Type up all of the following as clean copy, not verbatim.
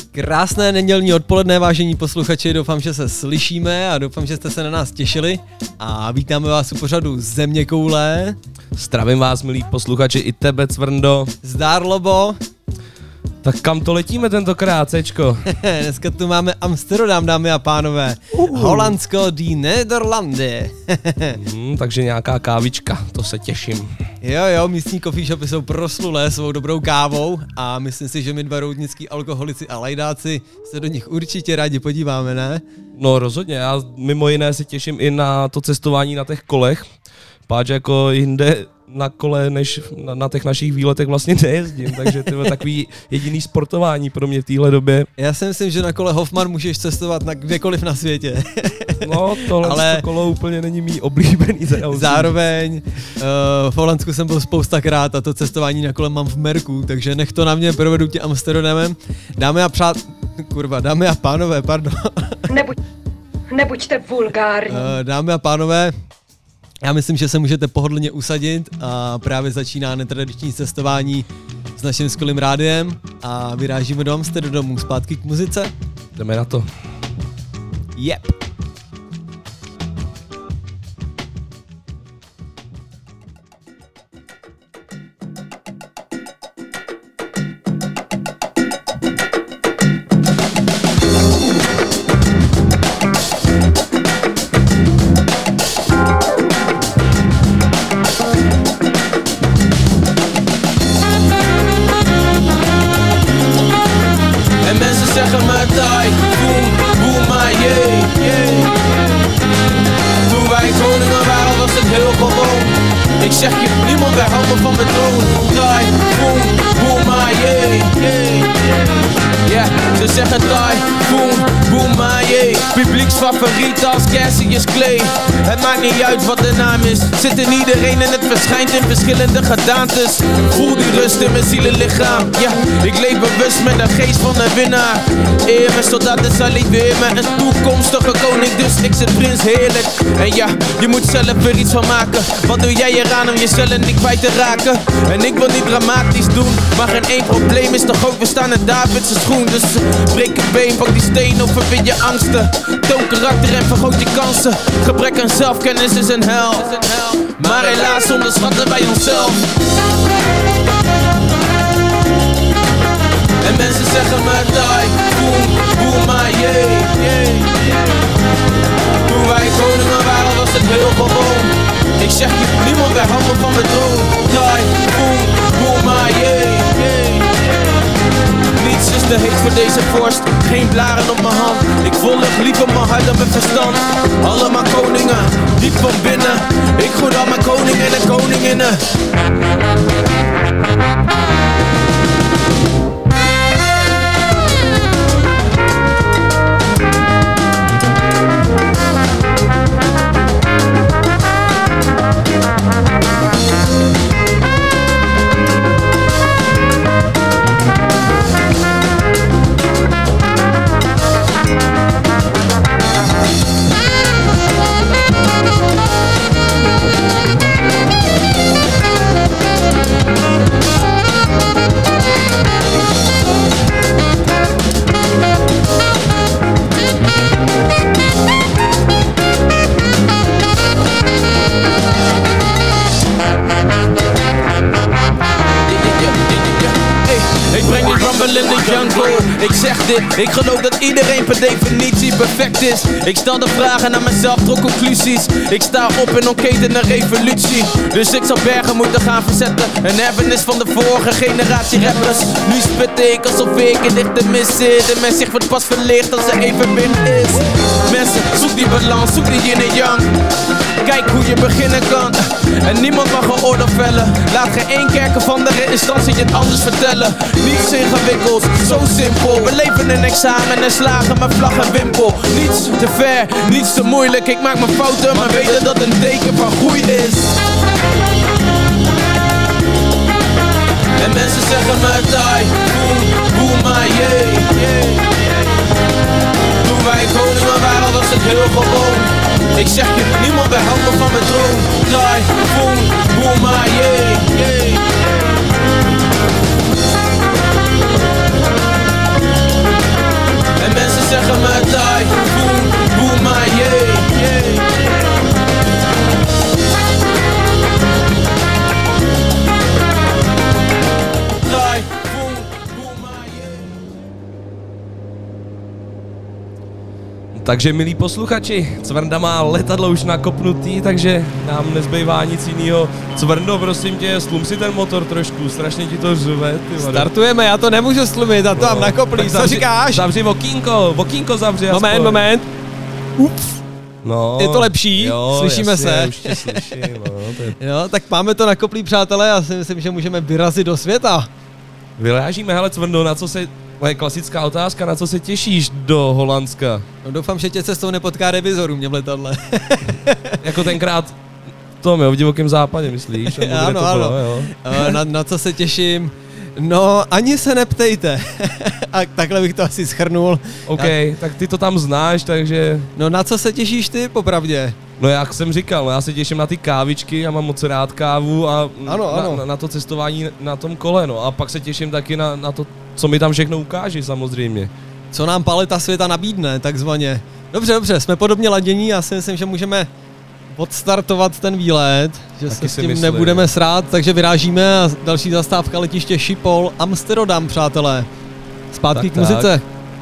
Krásné nedělní odpoledne, vážení posluchači, doufám, že se slyšíme a doufám, že jste se na nás těšili a vítáme vás u pořadu Zeměkoule. Zdravím vás, milí posluchači, i tebe, Cvrndo. Zdár, Lobo. Tak kam to letíme tentokrát, Cčko? Dneska tu máme Amsterdam, dámy a pánové. Holandsko, die Nederlande. Takže nějaká kávička, to se těším. Jo, místní coffee shopy jsou proslulé svou dobrou kávou a myslím si, že my dva roudnický alkoholici a lajdáci se do nich určitě rádi podíváme, ne? No rozhodně, já mimo jiné se těším i na to cestování na těch kolech, páč jako jinde na kole, než na těch našich výletech vlastně nejezdím, takže to je takový jediný sportování pro mě v téhle době. Já si myslím, že na kole Hoffman můžeš cestovat na kdekoliv na světě. No, tohle kolo úplně není mý oblíbený zajazd. Zároveň v Holandsku jsem byl spoustakrát a to cestování na kole mám v merku, takže nech to na mě, provedu tě Amsterdamem. Dámy a pánové, pardon. Nebuďte vulgární. Dámy a pánové, já myslím, že se můžete pohodlně usadit a právě začíná netradiční cestování s naším skvělým rádiem a vyrážíme do Amsterdamu zpátky k muzice. Jdeme na to. Yep. Ik zeg je, niemand weerhoudt me van mijn troon. Draai, boom, boom, maar yeah, ze zeggen draai, boom, boom, maar publieksfavoriet als Cassius Clay. Het maakt niet uit wat de naam is. Zit in iedereen en het verschijnt in verschillende gedaantes. Voel die rust in mijn zielenlichaam. Ja, ik leef bewust met de geest van een winnaar. Eer mijn soldaten salueer me een toekomstige koning. Dus ik zit prins heerlijk. En ja, je moet zelf er iets van maken. Wat doe jij eraan om jezelf niet kwijt te raken? En ik wil niet dramatisch doen, maar geen één probleem is toch ook. We staan in David's schoen. Dus breek een been, pak die steen, overwin je angsten. Toon karakter en vergroot je kansen. Gebrek aan zelfkennis is een hel. Maar helaas onderschatten wij onszelf. En mensen zeggen me die, boom, boom, maar yeah. Toen wij koningen waren was het heel gewoon. Ik zeg je, niemand weerhoudt me van mijn droom. Die, boom, boom, maar yeah. Niets is te heet voor deze vorst. Geen blaren op mijn hand. Ik volg liever mijn hart dan mijn verstand. Allemaal koningen, diep van binnen. Ik groet al mijn koningen en koninginnen. Ik zeg dit, ik geloof dat iedereen per definitie perfect is. Ik stel de vragen aan mezelf, trok conclusies. Ik sta op en ontketen een revolutie. Dus ik zal bergen moeten gaan verzetten. Een erfenis van de vorige generatie rappers. Nu spit ik alsof ik in dichte mis zit. En mijn zicht wordt pas verlicht als er even wind is. Mensen, zoek die balans, zoek die yin en yang. Kijk hoe je beginnen kan. En niemand mag een oordeel vellen. Laat geen één kerk of andere instantie je het anders vertellen. Niets ingewikkelds, zo simpel. We leven een examen en slagen met vlag en wimpel. Niets te ver, niets te moeilijk. Ik maak mijn fouten, maar weet dat dat een teken van groei is. En mensen zeggen me die, boom, boom, maar yeah. Toen wij koningen waren was het heel gewoon. Ik zeg je, niemand weerhoudt me van mijn droom. Die, boom, boom, maar yeah. Takže milí posluchači, Cvrnda má letadlo už nakopnutý, takže nám nezbývá nic jinýho. Cvrndo, prosím tě, slum si ten motor trošku, strašně ti to řve, ty vado. Startujeme, já to nemůžu slumit, a to mám nakoplý, co říkáš? Zavři okýnko zavři aspoň. Moment. Ups. No, Je to lepší? Jo, Slyšíme jasně, se. Už tě slyším, no, to je... Jo, tak máme to nakoplý, přátelé, a si myslím, že můžeme vyrazit do světa. Vyrážíme, hele Cvrndo, moje klasická otázka, na co se těšíš do Holandska? No, doufám, že tě cestou nepotká revizorů mě v letadle. Jako tenkrát v divokém západě, myslíš? Ano. Jo. Na co se těším? No, ani se neptejte. A takhle bych to asi shrnul. OK, tak ty to tam znáš, takže... No, na co se těšíš ty, popravdě? No, jak jsem říkal, já se těším na ty kávičky, já mám moc rád kávu a ano. Na to cestování na tom kole, no. A pak se těším taky na to, co mi tam všechno ukáží, samozřejmě. Co nám paleta světa nabídne, takzvaně. Dobře, jsme podobně ladění, já si myslím, že můžeme odstartovat ten výlet, že taky se s tím nebudeme srát, takže vyrážíme a další zastávka letiště Schiphol, Amsterdam, přátelé. Zpátky k muzice.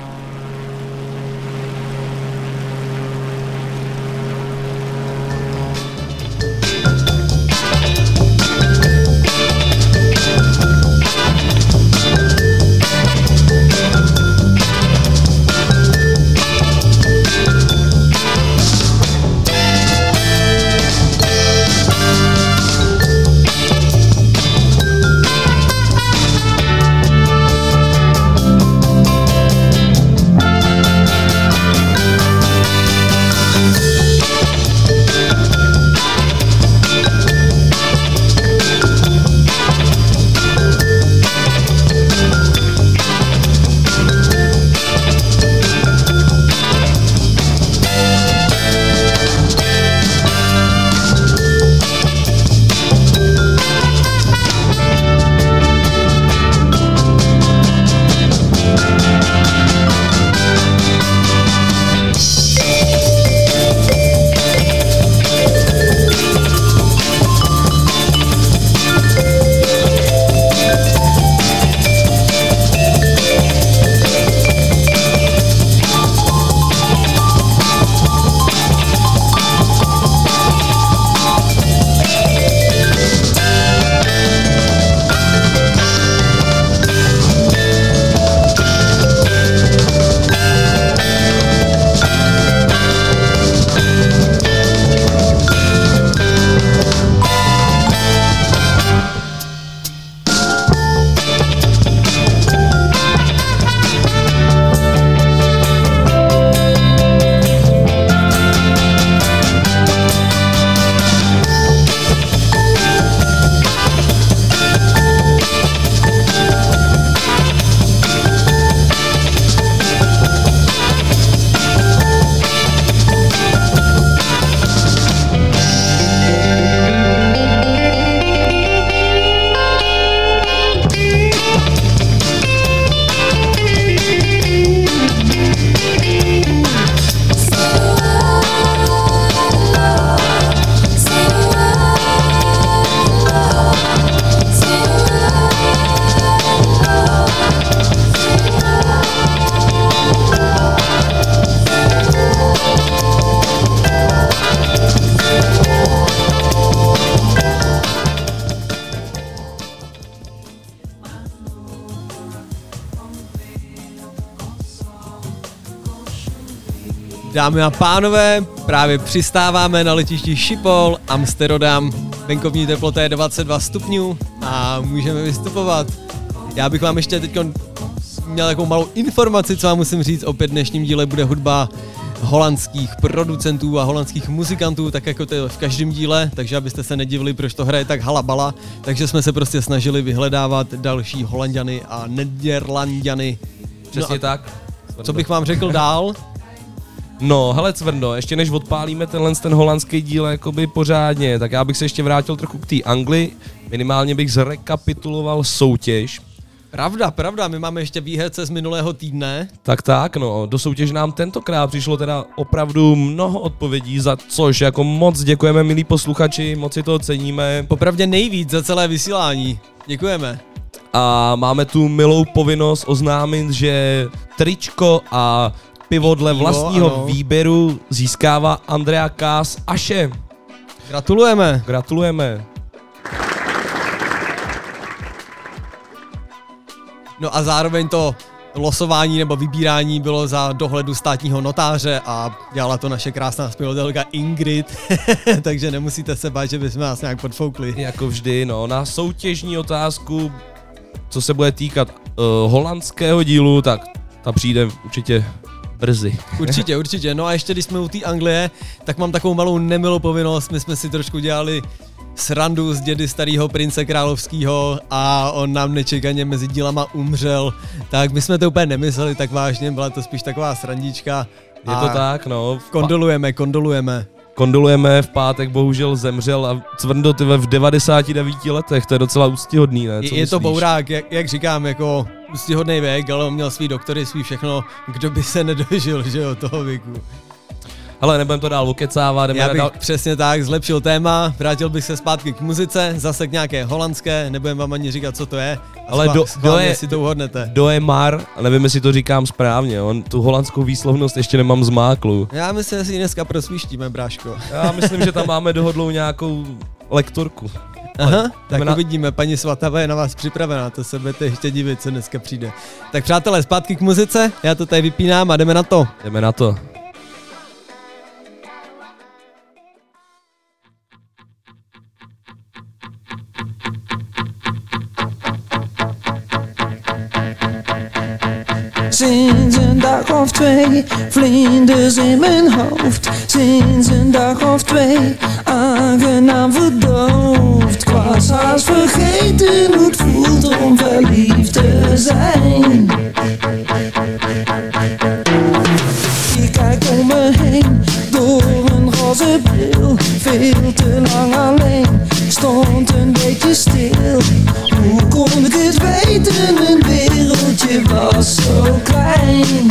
Dámy a pánové, právě přistáváme na letišti Schiphol, Amsterdam. Venkovní teplota je 22 stupňů a můžeme vystupovat. Já bych vám ještě teď měl takovou malou informaci, co vám musím říct. Opět v dnešním díle bude hudba holandských producentů a holandských muzikantů, tak jako to je v každém díle, takže abyste se nedivili, proč to hraje tak halabala. Takže jsme se prostě snažili vyhledávat další Holanďany a Nederlanďany. Přesně tak. Co bych vám řekl dál? No, hele Cvrndo, ještě než odpálíme ten holandský díl jakoby pořádně, tak já bych se ještě vrátil trochu k té Anglii, minimálně bych zrekapituloval soutěž. Pravda, my máme ještě výherce z minulého týdne. Tak, no, do soutěže nám tentokrát přišlo teda opravdu mnoho odpovědí, za což jako moc děkujeme, milí posluchači, moc si to ceníme. Popravdě nejvíc za celé vysílání, děkujeme. A máme tu milou povinnost oznámit, že tričko a pivo dle Pivo, vlastního ano. výběru získává Andrea Kás Aše. Gratulujeme. Gratulujeme. No a zároveň to losování nebo vybírání bylo za dohledu státního notáře a dělala to naše krásná zpěvatelka Ingrid, takže nemusíte se bát, že bychom vás nějak podfoukli. Jako vždy, no, na soutěžní otázku, co se bude týkat holandského dílu, tak ta přijde určitě brzy. Určitě. No a ještě když jsme u té Anglie, tak mám takovou malou nemilou povinnost. My jsme si trošku dělali srandu z dědy starého prince královského a on nám nečekaně mezi dílama umřel. Tak my jsme to úplně nemysleli tak vážně, byla to spíš taková srandička. Je to tak, no. Kondolujeme. Kondolujeme, v pátek bohužel zemřel a Cvrndo v 99 letech, to je docela úctyhodný, ne? Co je to myslíš? bourák, jak říkám, jako úctyhodný věk, ale on měl svý doktory, svý všechno, kdo by se nedožil, že jo, toho věku. Ale nebudem to dál okecávat, Já bych přesně tak zlepšil téma, vrátil bych se zpátky k muzice, zase k nějaké holandské, nebudem vám ani říkat, co to je. Ale si to uhodnete. Doemar, nevím, jestli to říkám správně, on tu holandskou výslovnost ještě nemám zmáklu. Já myslím, že si ji dneska prosvíštíme, bráško. Já myslím, že tam máme dohodlou nějakou lektorku. Aha, tak uvidíme, paní Svatava je na vás připravená, to se budete ještě divit, co dneska přijde. Tak přátelé, zpátky k muzice, já to tady vypínám a jdeme na to. Jdeme na to. Sinds een dag of twee, vlinders in mijn hoofd. Sinds een dag of twee, aangenaam verdoofd. Ik was haast vergeten hoe het voelt om verliefd te zijn. Ik kijk om me heen, door een roze bril. Veel te lang alleen, ik stond een beetje stil. Hoe kon ik het weten, mijn wereldje was zo klein.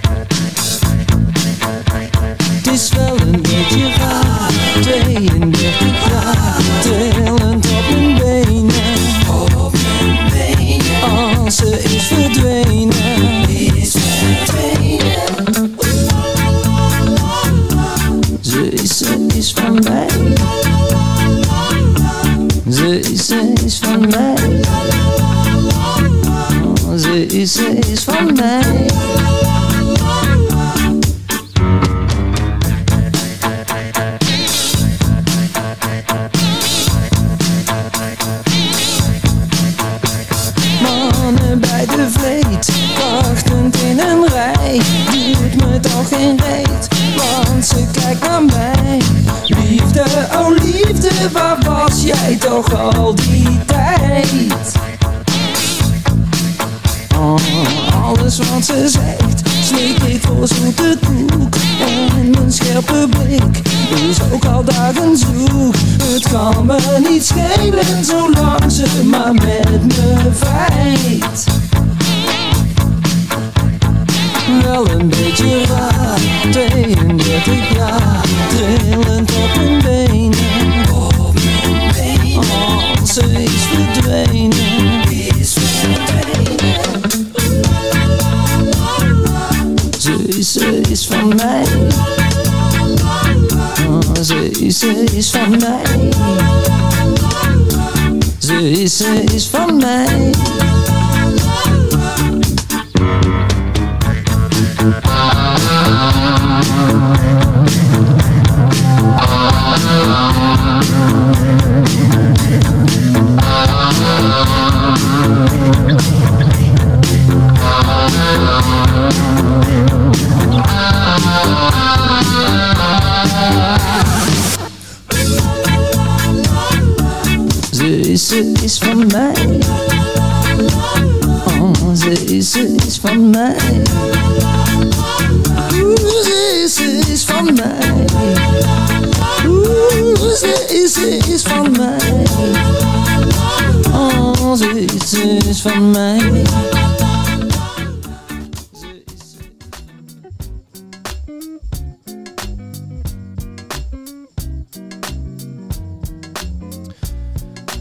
Het is wel een beetje raar, 32 jaar, trillend op mijn benen. Als ze is verdwenen. Ze is van mij. Ze is van mij. Ze is van mij. Mannen bij de vleet, wachtend in een rij. Duurt me toch geen reet, want ze kijkt naar mij. Liefde, oh liefde, waar was jij toch al die tijd? Alles wat ze zegt, slik ik voor zoete koek. En mijn scherpe blik is ook al dagen zoek. Het kan me niet schelen, zolang ze maar met me vrijt. Wel een beetje raar, 32 jaar, trillend op hun benen. Als ze is verdwenen. Ze is van mij. Ze is van mij. Ze is van mij. Ze is van mij. Oh, ze is van mij. Ze is van mij. Ze is van mij. Oh, ze is van mij.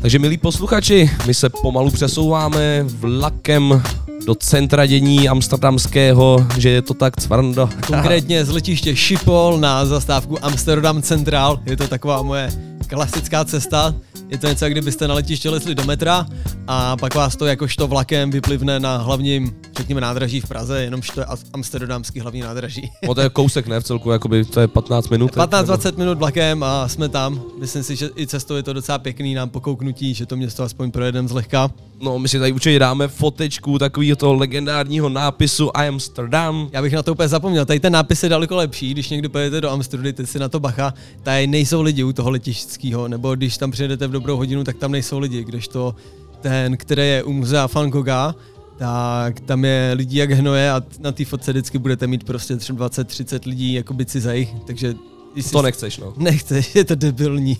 Takže milí posluchači, my se pomalu přesouváme vlakem do centra dění amsterdamského, že je to tak cvrndo. Konkrétně z letiště Schiphol na zastávku Amsterdam Central. Je to taková moje klasická cesta. Je to něco, jak kdybyste na letiště lezli do metra a pak vás to jakožto vlakem vyplivne na hlavním, řekněme, nádraží v Praze, jenomže to je amsterdamský hlavní nádraží. To je kousek, ne? V celku, jakoby to je 15 minut. 15-20 minut vlakem a jsme tam. Myslím si, že i cestou je to docela pěkný nám pokouknutí, že to město aspoň projedeme zlehka. No, my si tady určitě dáme fotečku takového toho legendárního nápisu I Amsterdam. Já bych na to úplně zapomněl, tady ten nápis je daleko lepší, když někdo pojedete do Amsterdamu, dejte si na to bacha, tady nejsou lidi u toho letištského, nebo když tam přijedete v dobrou hodinu, tak tam nejsou lidi, kdežto ten, který je u muzea Van Gogha, tak tam je lidí jak hnoje a na té fotce vždycky budete mít prostě třeba 20-30 lidí jakoby cizajích, takže... To nechceš, no. Nechceš, je to debilní.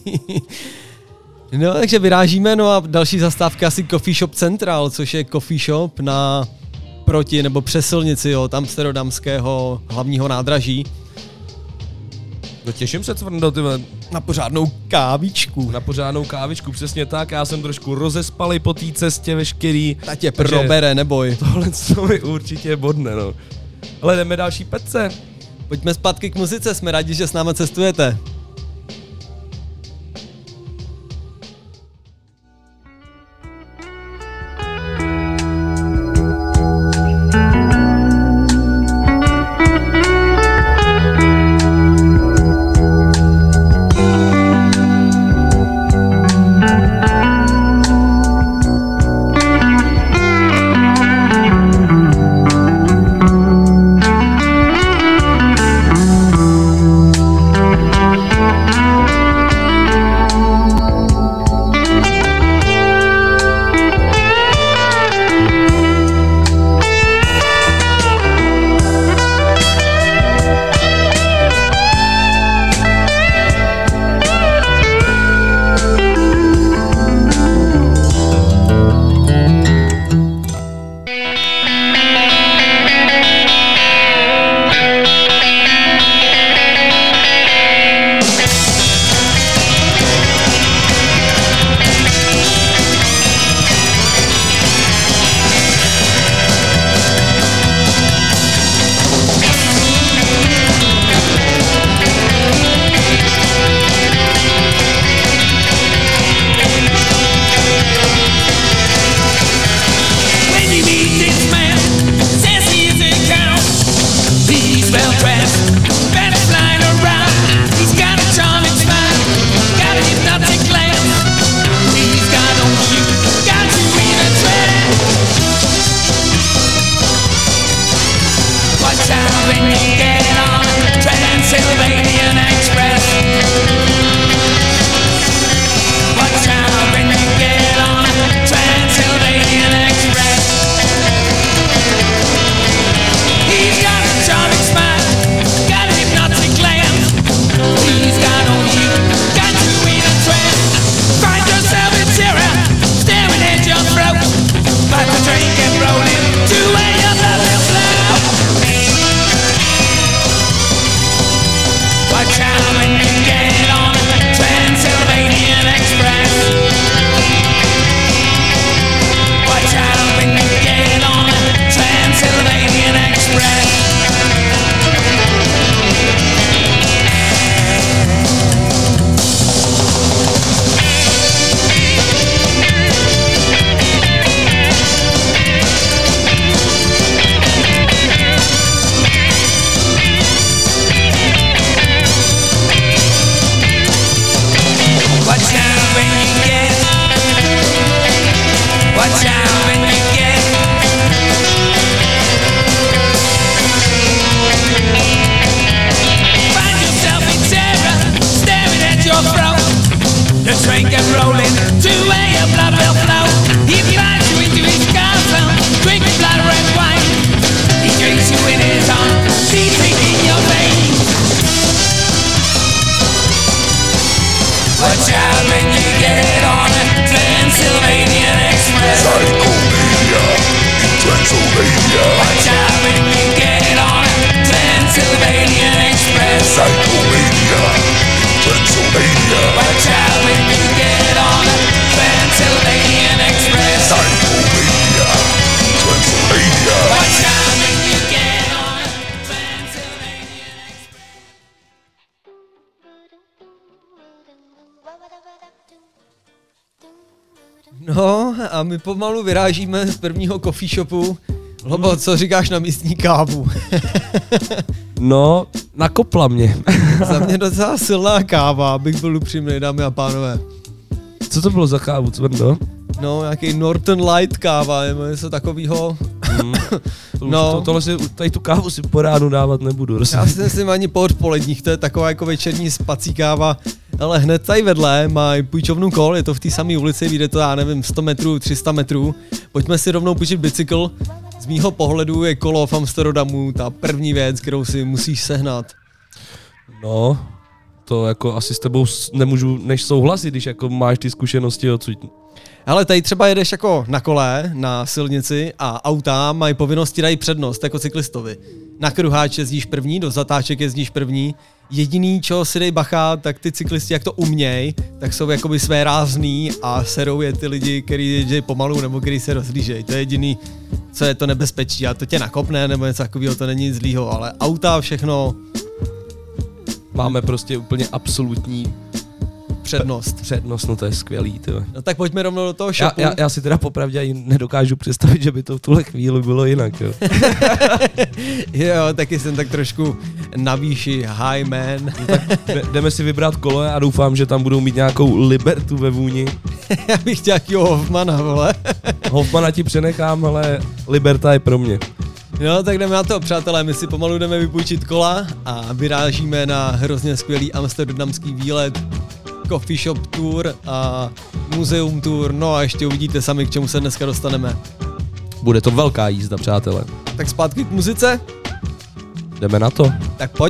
No, takže vyrážíme, no a další zastávka asi Coffee Shop Central, což je coffee shop na proti nebo přes silnici od amsterdamského hlavního nádraží. No těším se, cvrndo, tyhle. Na pořádnou kávičku. Na pořádnou kávičku, přesně tak, já jsem trošku rozespalý po té cestě veškerý. Ta tě probere, neboj. Tohle co mi určitě bodne, no. Ale jdeme další pece. Pojďme zpátky k muzice, jsme rádi, že s námi cestujete. Pennsylvania. Watch out when you get on No a my pomalu vyrážíme z prvního coffee shopu. Lobo, co říkáš na místní kávu? No, nakopla mě. Za mě docela silná káva, abych byl upřímný, dámy a pánové. Co to bylo za kávu, Cvrndo? No, nějaký Norton Light káva, nebo něco takového. No. Tady tu kávu si po ránu dávat nebudu. Já si myslím ani po odpoledních, to je taková jako večerní spací káva. Ale hned tady vedle mají půjčovnu kol, je to v té samé ulici, vyjde to, já nevím, 100 metrů, 300 metrů. Pojďme si rovnou půjčit bicykl. Z mýho pohledu je kolo v Amsterdamu ta první věc, kterou si musíš sehnat. No, to jako asi s tebou nemůžu než souhlasit, když jako máš ty zkušenosti odsud. Ale tady třeba jedeš jako na kole, na silnici a auta mají povinnosti dají přednost jako cyklistovi. Na kruháč jezdíš první, do zatáček jezdíš první. Jediný, čeho si dej bacha, tak ty cyklisti, jak to uměj, tak jsou jakoby své rázný a serou je ty lidi, kteří jezdí pomalu nebo kteří se rozhlížejí. To je jediný, co je to nebezpečí a to tě nakopne nebo něco takového, to není nic zlýho, ale auta, všechno. Máme prostě úplně absolutní přednost. No to je skvělý, tyhle. No tak pojďme rovnou do toho shopu. Já si teda popravdě ani nedokážu představit, že by to v tuhle chvíli bylo jinak, jo. Jo, taky jsem tak trošku na výši high man. No tak jdeme si vybrat kolo a doufám, že tam budou mít nějakou Libertu ve vůni. Já bych chtěl jakýho Hoffmana, vole. Hoffmana ti přenechám, ale Liberta je pro mě. No, tak jdeme na to, přátelé, my si pomalu jdeme vypůjčit kola a vyrážíme na hrozně skvělý amsterdamský výlet, coffee shop tour a muzeum tour, no a ještě uvidíte sami, k čemu se dneska dostaneme. Bude to velká jízda, přátelé. Tak zpátky k muzice? Jdeme na to. Tak pojď.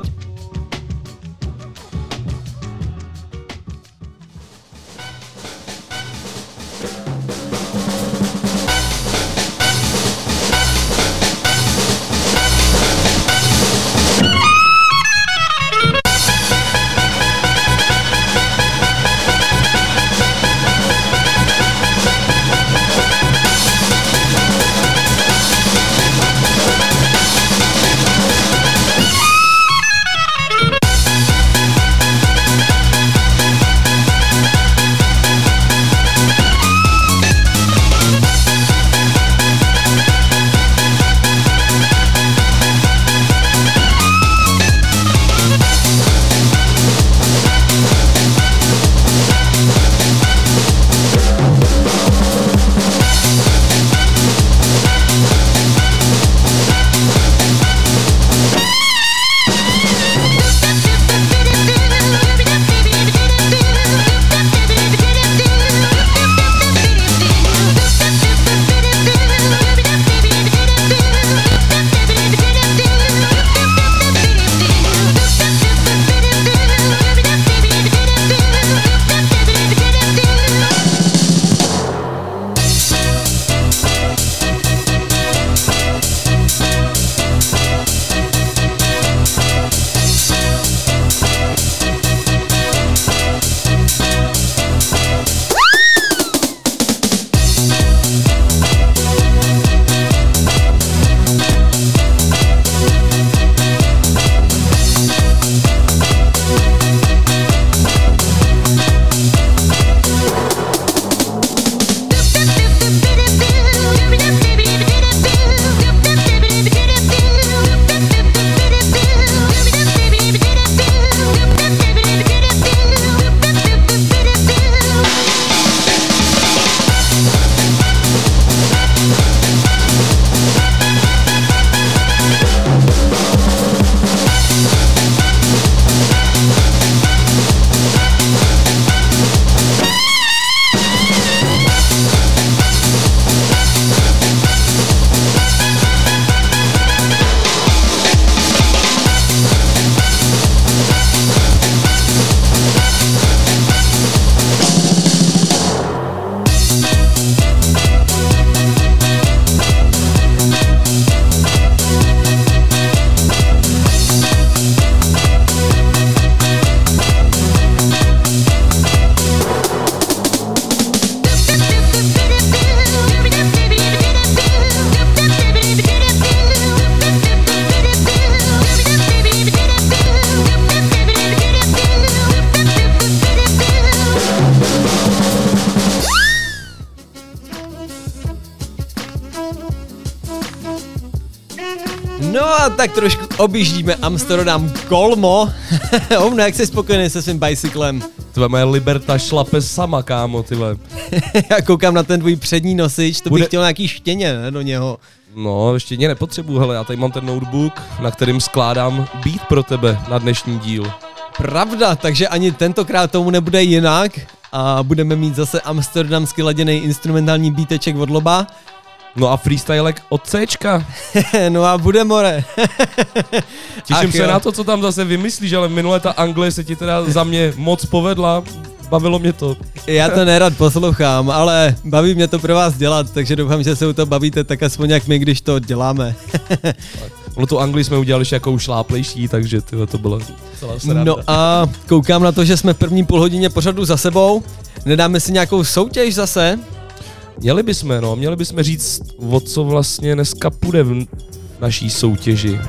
No a tak trošku objíždíme Amsterdam kolmo. Omno, jak jsi spokojený se svým bicyklem? Tvoje moje Liberta šlape sama, kámo, tyhle. Já koukám na ten tvůj přední nosič, to bych chtěl nějaký štěně, ne, do něho. No, štěně nepotřebuji, hele, já tady mám ten notebook, na kterým skládám beat pro tebe na dnešní díl. Pravda, takže ani tentokrát tomu nebude jinak a budeme mít zase amsterdamsky laděný instrumentální beateček od Loba. No a freestylek od Cčka. No a bude more. Těším se na to, co tam zase vymyslíš, ale minule ta Anglie se ti teda za mě moc povedla. Bavilo mě to. Já to nerad poslouchám, ale baví mě to pro vás dělat, takže doufám, že se u toho bavíte tak aspoň jak my, když to děláme. Ono tu Anglii jsme udělali jako už šláplejší, takže to bylo celá sranda. No a koukám na to, že jsme první půlhodině pořadu za sebou. Nedáme si nějakou soutěž zase? Měli bychom říct, o co vlastně dneska půjde v naší soutěži.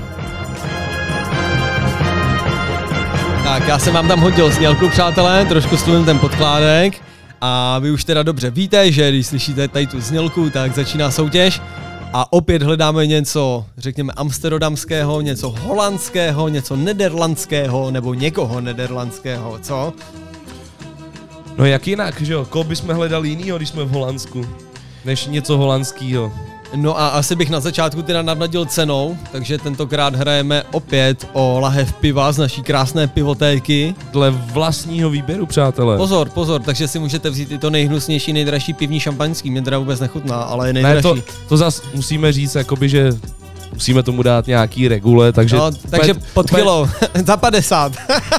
Tak já jsem vám tam hodil znělku, přátelé, trošku sluvím ten podkládek a vy už teda dobře víte, že když slyšíte tady tu znělku, tak začíná soutěž a opět hledáme něco, řekněme, amsterdamského, něco holandského, něco nederlandského nebo někoho nederlandského, co? No jak jinak, že jo? Koho bychom hledali jinýho, když jsme v Holandsku, než něco holandskýho. No a asi bych na začátku teda nadnadil cenou, takže tentokrát hrajeme opět o lahev piva z naší krásné pivotéky. Dle vlastního výběru, přátelé. Pozor, takže si můžete vzít i to nejhnusnější, nejdražší pivní šampaňský, mě teda vůbec nechutná, ale je nejdražší. Ne, to zas musíme říct, jakoby, že musíme tomu dát nějaký regule, takže... No, takže pod kilo, za 50.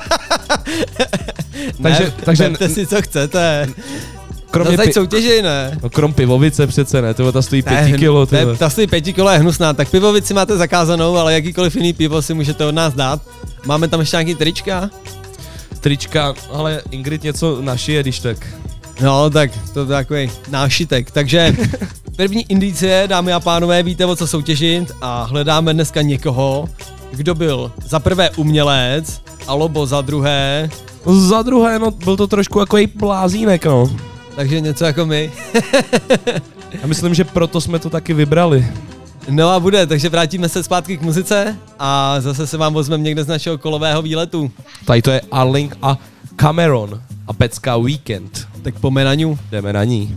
takže berte si, co chcete. Kromě Zase soutěži, ne? No krom pivovice přece ne, ta stojí 5 kilo. Ta stojí 5 kilo, je hnusná, tak pivovici máte zakázanou, ale jakýkoliv jiný pivo si můžete od nás dát. Máme tam ještě nějaký trička, ale Ingrid něco našije, když tak. No, tak to je takový nášitek, takže první indicie, dámy a pánové, víte, o co soutěžit a hledáme dneska někoho, kdo byl za prvé umělec a Lobo za druhé. Za druhé, no, byl to trošku jako blázínek, no. Takže něco jako my. Já myslím, že proto jsme to taky vybrali. No a bude, takže vrátíme se zpátky k muzice a zase se vám vezmeme někde z našeho kolového výletu. Tady to je Arling a Cameron a pecka Weekend. Tak pojďme na ňu. Jdeme na ní.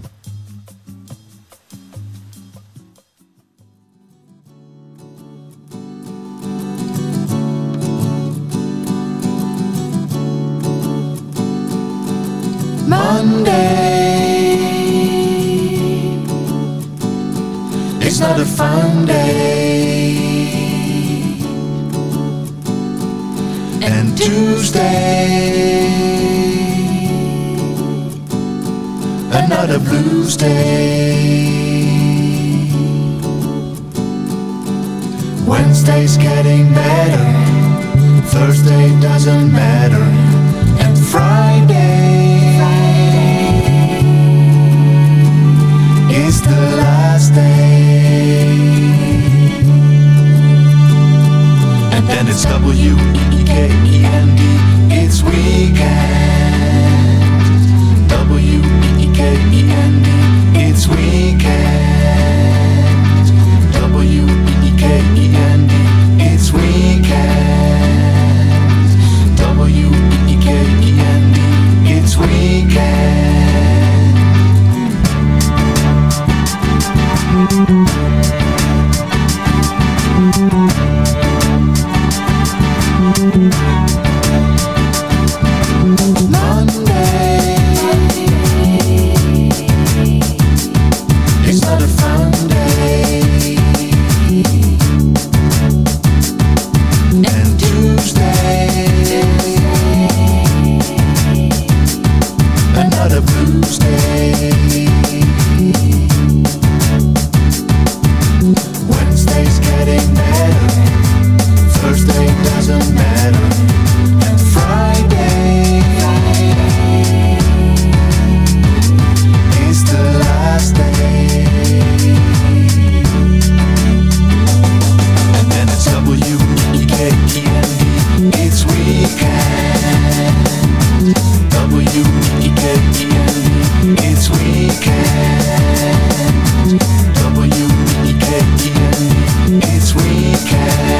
Monday is not a fun day, and Tuesday another blues day. Wednesday's getting better, Thursday doesn't matter, and Friday is the last day. And then it's W-E-E-K-E-N-D, it's weekend. W-E-E-K-E-N-D, it's weekend. W-E-E-K-E-N-D, it's weekend. W-E-E-K-E-N-D, it's weekend. Monday is not a fun day, and Tuesday another blues day. Wednesday's getting better, Thursday doesn't matter, and Friday is the last day. And then it's W-E-E-K-E-N-D, it's weekend. W-E-E-K-E-N-D, it's weekend. W-E-E-K-E-N-D, it's weekend.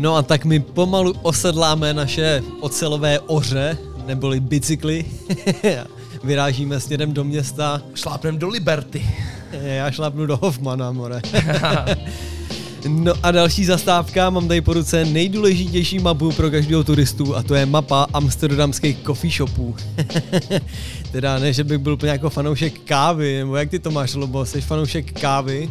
No a tak my pomalu osedláme naše ocelové oře, neboli bicykly. Vyrážíme směrem do města. Šlápnem do Liberty. Já šlápnu do Hoffmana, more. No a další zastávka, mám tady po ruce nejdůležitější mapu pro každého turistu a to je mapa amsterdamských coffee shopů. Teda ne, že bych byl úplně jako fanoušek kávy, nebo jak ty to máš, Lobo, jsi fanoušek kávy?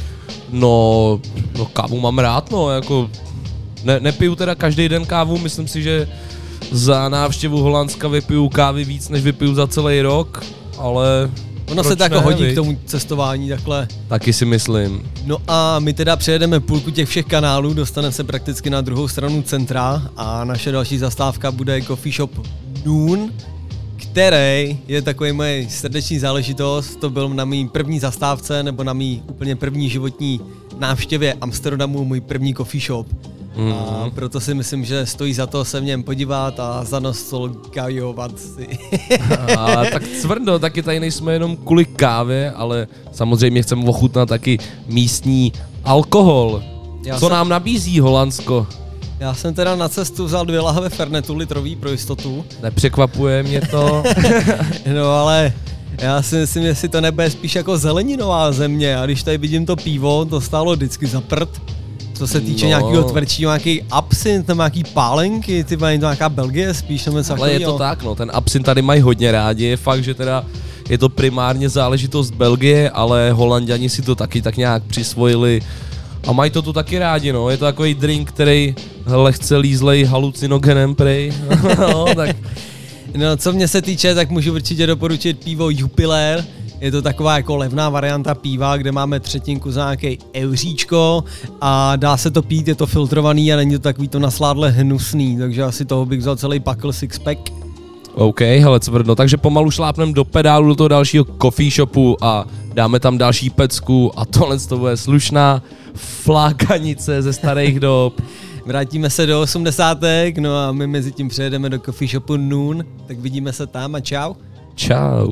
No kávu mám rád, no, jako nepiju teda každý den kávu, myslím si, že za návštěvu Holandska vypiju kávy víc, než vypiju za celý rok, ale... Ono se to jako hodí k tomu cestování takhle. Taky si myslím. No a my teda přejedeme půlku těch všech kanálů, dostaneme se prakticky na druhou stranu centra a naše další zastávka bude coffee shop Noon, který je takový moje srdeční záležitost. To byl na mý první zastávce nebo na mý úplně první životní návštěvě Amsterdamu můj první coffee shop. A proto si myslím, že stojí za to se v něm podívat a zanostalgiovat si. A tak cvrdo, taky tady nejsme jenom kvůli kávě, ale samozřejmě chceme ochutnat taky místní alkohol. Co nám nabízí Holandsko? Já jsem teda na cestu vzal 2 lahve Fernetu litrový pro jistotu. Nepřekvapuje mě to. No ale já si myslím, jestli to nebude spíš jako zeleninová země a když tady vidím to pivo, to stálo vždycky za prd. Co se týče nějakého tvrdšího, nějaký absint, nebo nějaký pálenky, ty mají to nějaká Belgie spíš, nebo něco. Ale je to tak, no, ten absint tady mají hodně rádi, je fakt, že teda je to primárně záležitost Belgie, ale Holanďani si to taky tak nějak přisvojili a mají to tu taky rádi, no, je to takový drink, který lehce lízlej halucinogenem prej, no, tak. No, co mě se týče, tak můžu určitě doporučit pivo Jupiler. Je to taková jako levná varianta piva, kde máme třetinku za nějaký euříčko a dá se to pít, je to filtrovaný a není to takový to nasládle hnusný, takže asi toho bych vzal celý pakl sixpack. OK, hele cvrno, takže pomalu šlápnem do pedálu do toho dalšího coffee shopu a dáme tam další pecku a tohle to bude slušná flákanice ze starých dob. Vrátíme se do 80. No a my mezi tím přejedeme do coffee shopu Noon, tak vidíme se tam a čau. Čau.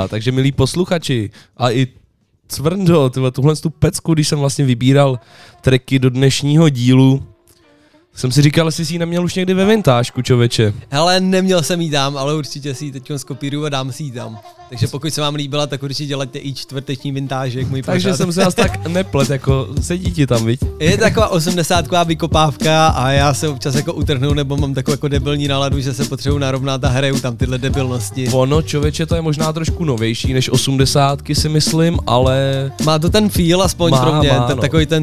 Cvrnda, takže milí posluchači a i Cvrndo, tuhle tu pecku, když jsem vlastně vybíral tracky do dnešního dílu, jsem si říkal, jestli jsi ji neměl už někdy ve vintážku, čověče. Hele, neměl jsem jí tam, ale určitě si ji teď skopíruju a dám si ji tam. Takže pokud se vám líbila, tak určitě dělejte i čtvrteční vintážek, můj Takže pořád. jsem se tak neplet, jako sedí ti tam, viď? Je taková 80ková vykopávka a já se občas jako utrhnu, nebo mám takovou jako debilní náladu, že se potřebuji narovnat a hraju tam tyhle debilnosti. Ono, čověče, to je možná trošku novější než 80ky, si myslím, ale... Má to ten feel aspoň pro mě, no. takový ten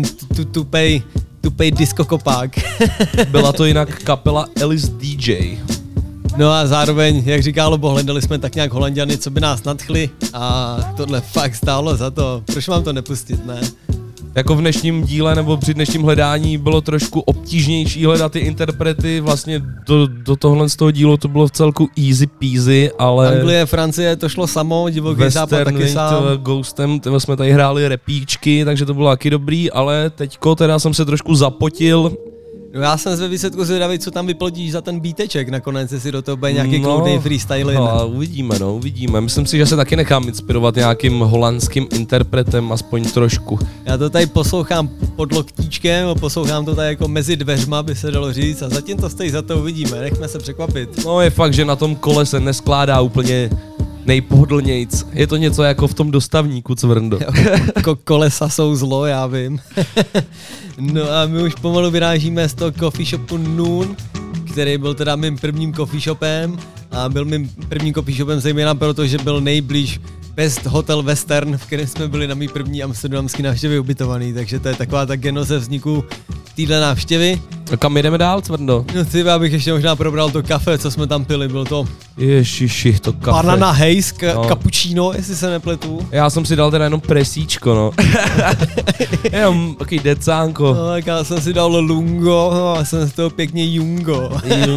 tupej diskokopák. Byla to jinak kapela Alice DJ. No a zároveň, jak říká Lobo, hledali jsme tak nějak Holanďany, co by nás nadchli a tohle fakt stálo za to. Proč mám to nepustit, ne? Jako v dnešním díle nebo při dnešním hledání bylo trošku obtížnější hledat ty interprety, vlastně do tohle z toho dílu to bylo v celku easy peasy, ale... Anglie, Francie, to šlo samo, divoký západ taky sám. Ghostem, jsme tady hráli repíčky, takže to bylo taky dobrý, ale teďko teda jsem se trošku zapotil. No já jsem ve výsledku zvědavý, co tam vyplodíš za ten beateček, nakonec si do toho bude nějaký kloudnej freestyling. No, uvidíme. Myslím si, že se taky nechám inspirovat nějakým holandským interpretem, aspoň trošku. Já to tady poslouchám pod loktíčkem, poslouchám to tady jako mezi dveřma, by se dalo říct, a zatím to stojí za to, uvidíme, nechme se překvapit. No je fakt, že na tom kole se neskládá úplně nejpohodlnějc. Je to něco jako v tom dostavníku, Cvrndo. Kolesa jsou zlo, já vím. No a my už pomalu vyrážíme z toho coffee shopu Noon, který byl teda mým prvním coffee shopem a byl mým prvním coffee shopem zejména proto, že byl nejblíž Best Hotel Western, v kterém jsme byli na mý první amsterdamský návštěvě ubytovaný, takže to je taková ta genoze vzniku téhle návštěvy. A kam jdeme dál, Cvrndo? No ty, já bych ještě možná probral to kafe, co jsme tam pili, byl to Ježiši, to kafe. Banana Haze, cappuccino, jestli se nepletu. Já jsem si dal teda jenom presíčko, no. Jenom takový decánko. No tak já jsem si dal lungo, no, a jsem z toho pěkně jungo.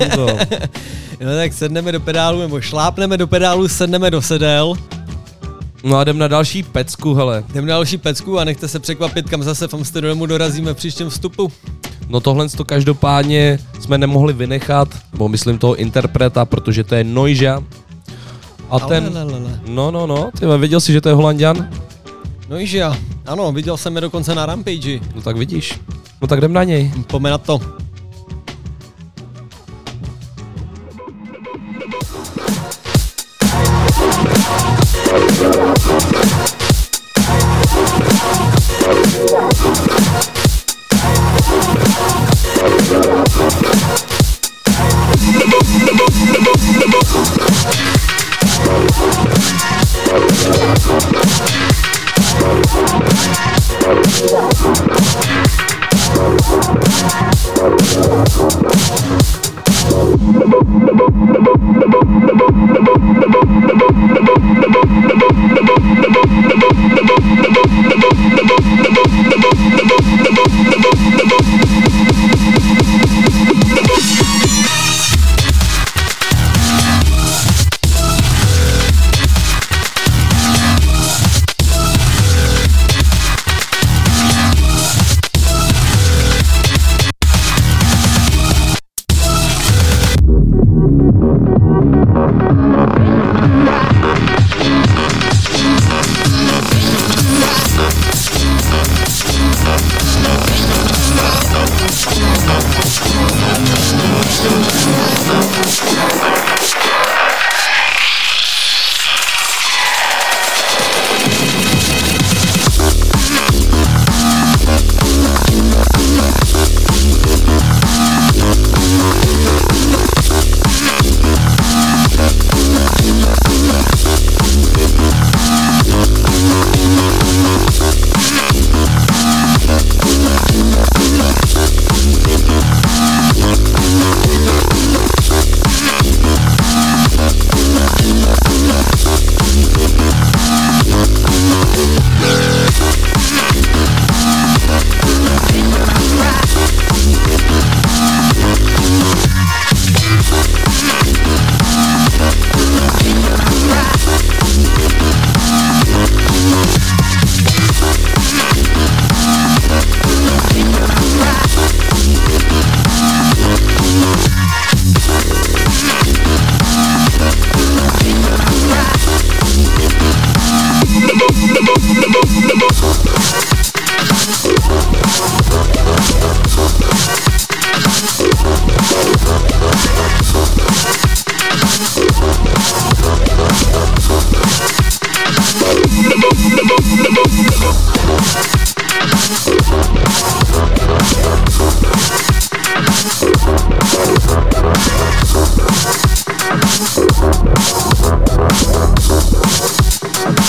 No tak sedneme do pedálu, nebo šlápneme do pedálu, sedneme do sedel. No a jdem na další pecku, hele. Jdem na další pecku a nechte se překvapit, kam zase v Amsterdamu dorazíme v příštím vstupu. No tohle to každopádně jsme nemohli vynechat, nebo myslím toho interpreta, protože to je Noisia. A ten... No, ty viděl jsi, že to je Holanďan? Noisia, ano, viděl jsem je dokonce na Rampage. No tak vidíš. No tak jdem na něj. Pojďme na to.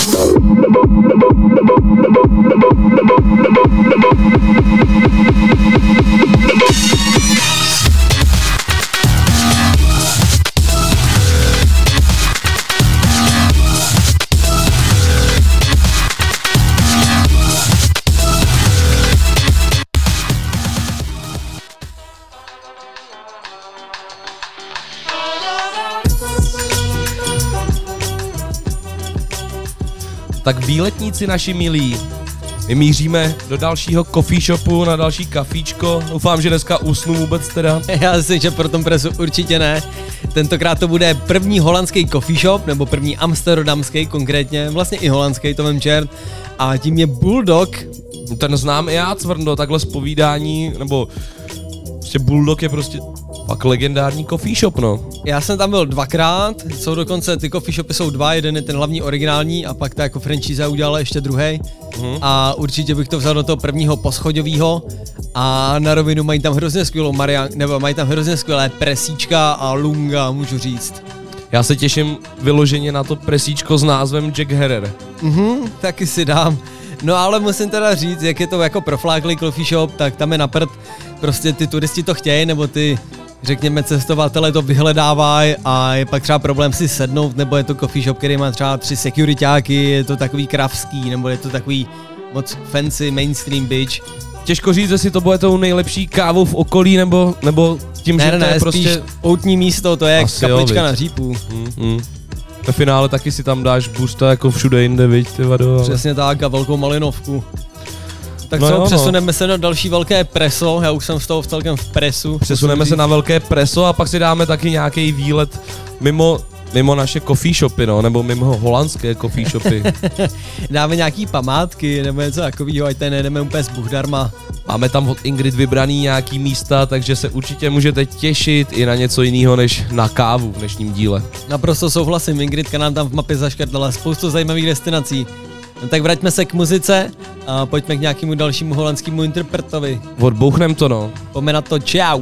Tak výletníci naši milí, my míříme do dalšího coffee shopu, na další kafíčko. Doufám, že dneska usnu vůbec teda. Já myslím, že pro tom presu určitě ne. Tentokrát to bude první holandský coffee shop, nebo první amsterdamský konkrétně, vlastně i holandský, to vem čert. A tím je Bulldog. Ten znám i já, Cvrndo, takhle z povídání, nebo prostě Bulldog je prostě fakt legendární coffee shop, no. Já jsem tam byl dvakrát, jsou dokonce, ty coffee shopy jsou dva, jeden je ten hlavní originální a pak ta jako franchise udělala ještě druhý. A určitě bych to vzal do toho prvního poschodového a na rovinu mají tam hrozně skvělou mají tam hrozně skvělé presíčka a lunga, můžu říct. Já se těším vyloženě na to presíčko s názvem Jack Herrer. Taky si dám. No ale musím teda říct, jak je to jako profláklý coffee shop, tak tam je na prd, prostě ty turisti to chtějí, nebo ty, řekněme, cestovatele to vyhledávají a je pak třeba problém si sednout, nebo je to coffee shop, který má třeba 3 securitáky, je to takový kravský, nebo je to takový moc fancy mainstream bitch. Těžko říct, jestli to bude tou nejlepší kávou v okolí, nebo tím, že to je prostě... spíš poutní místo, to je asi kaplička na řípu. Ve finále taky si tam dáš busta jako všude jinde, viď, ty vado. Ale... Přesně tak, a velkou malinovku. Tak no co, jo, přesuneme se na další velké preso, já už jsem z toho celkem v presu. Přesuneme se na velké preso a pak si dáme taky nějaký výlet mimo naše coffee shopy, no, nebo mimo holandské coffee shopy. Dáme nějaký památky nebo něco takového, ať tady nejdeme úplně s buchdarma. Máme tam od Ingrid vybraný nějaký místa, takže se určitě můžete těšit i na něco jiného než na kávu v dnešním díle. Naprosto souhlasím, Ingridka nám tam v mapě zaškrtala spoustu zajímavých destinací. No tak vraťme se k muzice a pojďme k nějakému dalšímu holandskému interpretovi. Odbouchnem to, no. Pojďme na to, čau.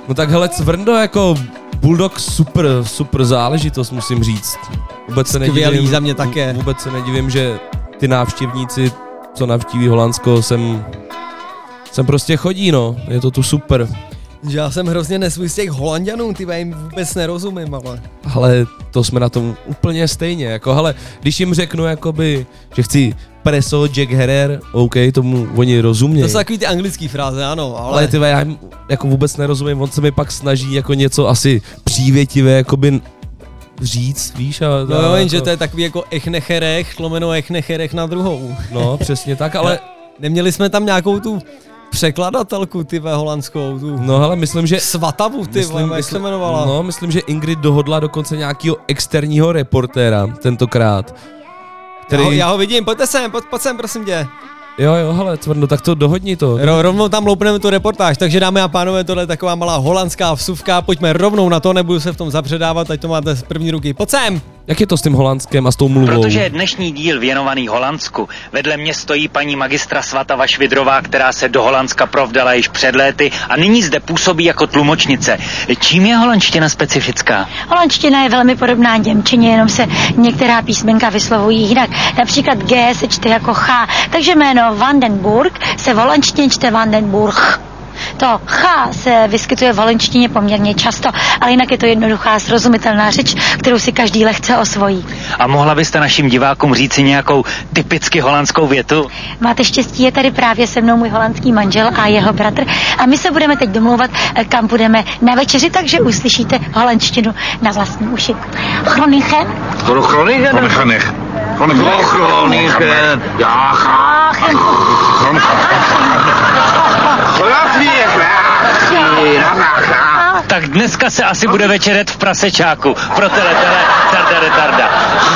No tak hele, Cvrndo jako Bulldog super záležitost, musím říct. Vůbec se Skvělý, za mě také. Vůbec se nedivím, že ty návštěvníci, co navštíví Holandsko, sem prostě chodí, no. Je to tu super. Že já jsem hrozně nesvůj z těch Holanďanů, ty jim vůbec nerozumím, ale... Ale to jsme na tom úplně stejně, jako hele, když jim řeknu jakoby, že chci preso Jack Herrer, OK, tomu oni rozumějí. To jsou takový ty anglický fráze, ano, ale ty já jim jako vůbec nerozumím, on se mi pak snaží jako něco asi přívětivé, jakoby říct, víš? No jo, jenže to je takový jako echnecherech, lomeno echnecherech na druhou. No, přesně tak, ale... Neměli jsme tam nějakou tu překladatelku, ty holandskou, tu... No ale myslím, že... Svatavu, ty jak se jmenovala. No, myslím, že Ingrid dohodla dokonce nějakého externího reportéra tentokrát. Který... Já ho vidím, pojď sem, prosím tě. Jo, hele, Cvrno, tak to dohodni to. Rovnou tam loupneme tu reportáž, takže dámy a pánové, tohle je taková malá holandská vsuvka, pojďme rovnou na to, nebudu se v tom zapředávat, ať to máte z první ruky. Pojď sem! Jak je to s tím Holandskem a s tou mluvou? Protože je dnešní díl věnovaný Holandsku. Vedle mě stojí paní magistra Svatava Švidrová, která se do Holandska provdala již před léty a nyní zde působí jako tlumočnice. Čím je holandština specifická? Holandština je velmi podobná němčině, jenom se některá písmenka vyslovují jinak. Například G se čte jako H, takže jméno Vandenburg se v holandštině čte Vandenburg. To H se vyskytuje v holandštině poměrně často, ale jinak je to jednoduchá, srozumitelná řeč, kterou si každý lehce osvojí. A mohla byste našim divákům říci nějakou typicky holandskou větu? Máte štěstí, je tady právě se mnou můj holandský manžel a jeho bratr a my se budeme teď domlouvat, kam půjdeme na večeři, takže uslyšíte holandštinu na vlastní uši. Groningen? Groningen? Groningen. Ja, tak dneska se asi bude večeret v prasečáku. Pro teletele tarda retarda.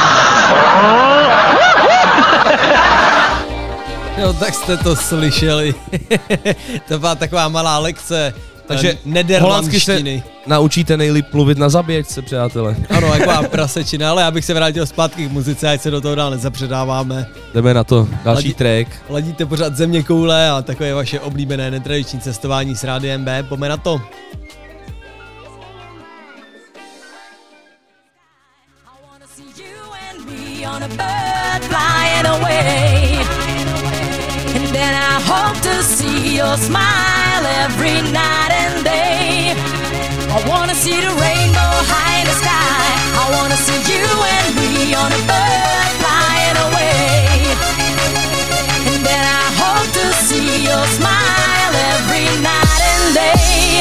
Jo, tak jste to slyšeli. To byla taková malá lekce. Takže holandsky se naučíte nejlíp mluvit na zabíječce, přátelé. Ano, taková prasečina, ale já bych se vrátil zpátky k muzice, ať se do toho dál nezapředáváme. Jdeme na to, další track. Ladíte pořád Země koule a takové vaše oblíbené netradiční cestování s Rádiem B, pojďme na to. Then I hope to see your smile every night and day. I wanna see the rainbow high in the sky. I wanna see you and me on a bird flying away. And then I hope to see your smile every night and day.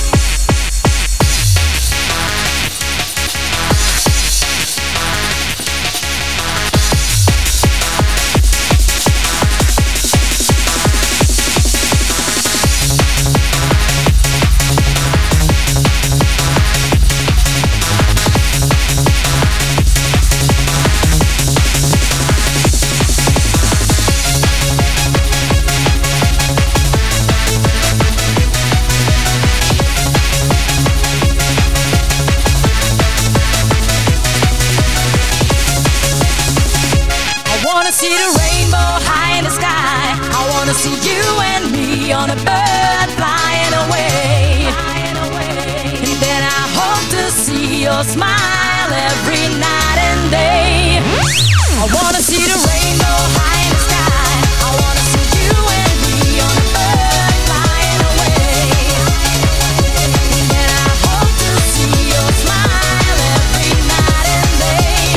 See the rainbow high in the sky. I wanna see you and me on a bird flying away. And then I hope to see your smile every night and day. I wanna see the rainbow high in the sky. I wanna see you and me on a bird flying away. And then I hope to see your smile every night and day.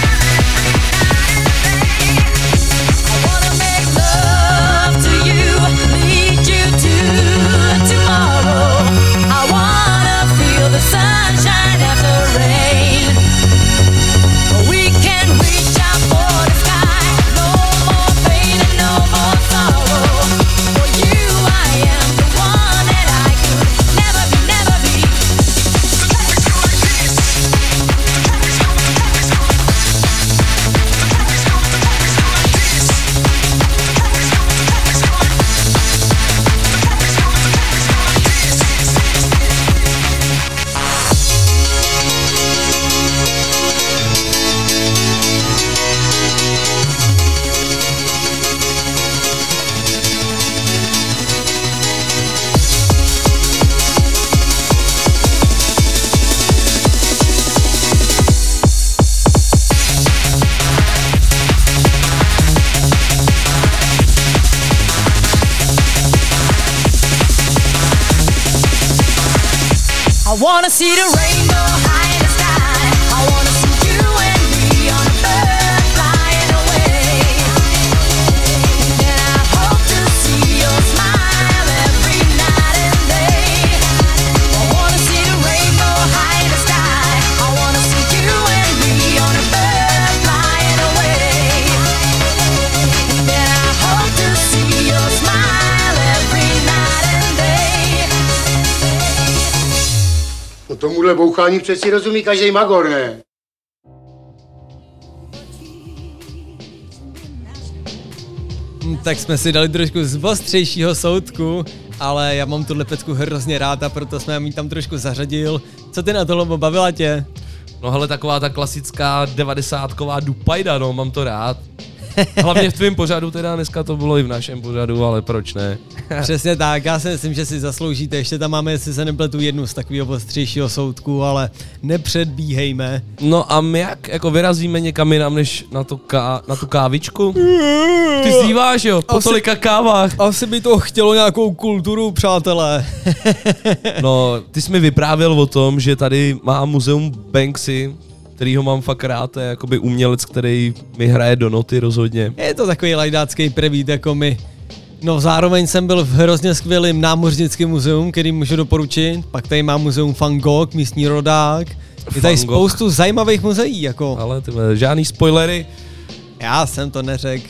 I wanna make love to you. I wanna see the rainbow high in the sky. I wanna see you and me on a bird flying away. And then I hope to see your smile every night and day. I wanna see the rainbow high in the sky. I wanna see you and me on a bird flying away. And then I hope to see your smile every night and day. No tomuhle bouchání přeci rozumí každý magor, ne? Tak jsme si dali trošku z ostřejšího soudku, ale já mám tuhle pecku hrozně rád a proto jsme mi tam trošku zařadil. Co ty na tohle bavila tě? No hele, taková ta klasická 90ková dupajda, no, mám to rád. Hlavně v tvém pořadu, teda dneska to bylo i v našem pořadu, ale proč ne? Přesně tak, já si myslím, že si zasloužíte. Ještě tam máme, jestli se nepletu, jednu z takového ostřejšího soudku, ale nepředbíhejme. No a my jak jako vyrazíme někam jinam než na tu kávičku? Ty zdíváš, jo, po tolika kávách. Asi by to chtělo nějakou kulturu, přátelé. No, ty jsi mi vyprávěl o tom, že tady má muzeum Banksy, kterýho mám fakt rád, to je jakoby umělec, který mi hraje do noty rozhodně. Je to takový lajdácký prevít jako my. No zároveň jsem byl v hrozně skvělým námořnickém muzeum, který můžu doporučit. Pak tady má muzeum Van Gogh, místní rodák. Je tady spoustu zajímavých muzeí, jako. Ale ty žádný spoilery. Já jsem to neřekl.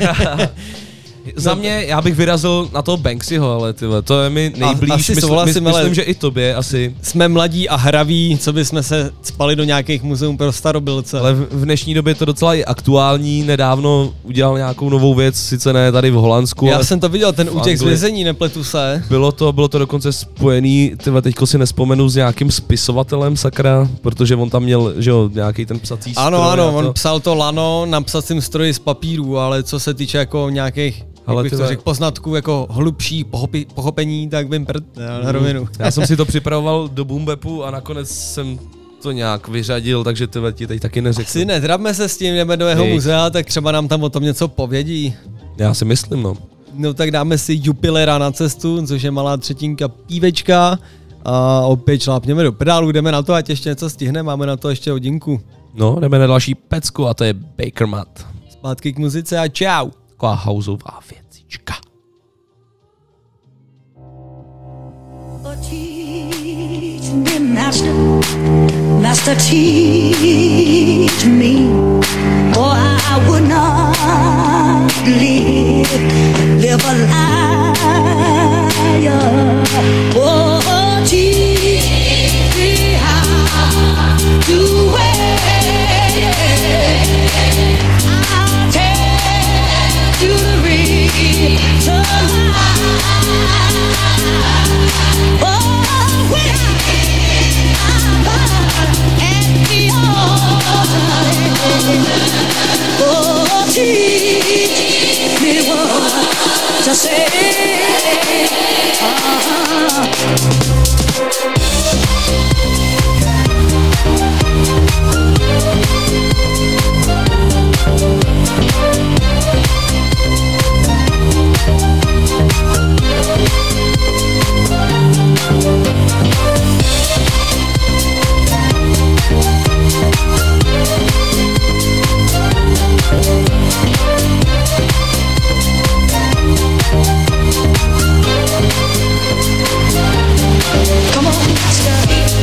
Za mě, já bych vyrazil na toho Banksyho, ale tyhle, to je mi nejblíž, myslím, že i tobě asi. Jsme mladí a hraví, co bychom se spali do nějakých muzeum pro starobilce. Ale v dnešní době to docela i aktuální, nedávno udělal nějakou novou věc, sice ne tady v Holandsku. Já jsem to viděl, ten útěk z vězení, nepletu se. Bylo to dokonce spojený, teďko si nespomenu, s nějakým spisovatelem, sakra, protože on tam měl, že jo, nějaký ten psací stroj. Ano, on psal to lano na psacím stroji z papíru, ale co se týče jako nějakých jak bych to řekl, poznatků jako hlubší pochopení, tak vím na rovinu. Já jsem si to připravoval do Boombepu a nakonec jsem to nějak vyřadil, takže ti teď taky neřeknu. Si netrapme se s tím, jdeme do jeho muzea, tak třeba nám tam o tom něco povědí. Já si myslím, no. No tak dáme si Jupilera na cestu, což je malá třetinka pívečka a opět šlápněme do pedálu, jdeme na to, ať ještě něco stihneme, máme na to ještě hodinku. No, jdeme na další pecku a to je Baker Mat. Zpátky k muzice a čau. Taková houseová věcička. Teach me, master, master, teach me, or I would not live a liar. Oh, teach me how to wait. I'll tell you the reason why. Oh, when I'm at the altar, oh, teach me what to say. Come on, master.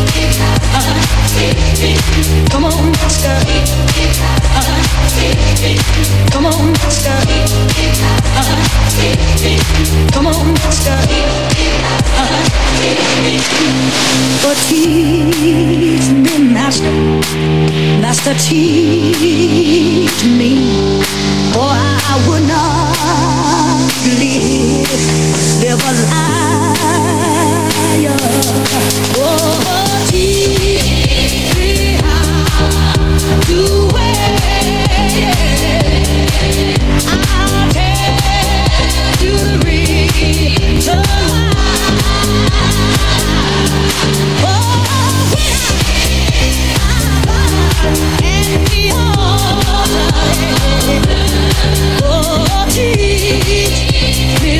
Come on, master. Come on, master. Come on, master. But teach me, master, master, teach me, or I would not live a liar. Oh, teach me how to wait. I'll tell you the reason why. Oh, when I'm at the altar, oh, teach me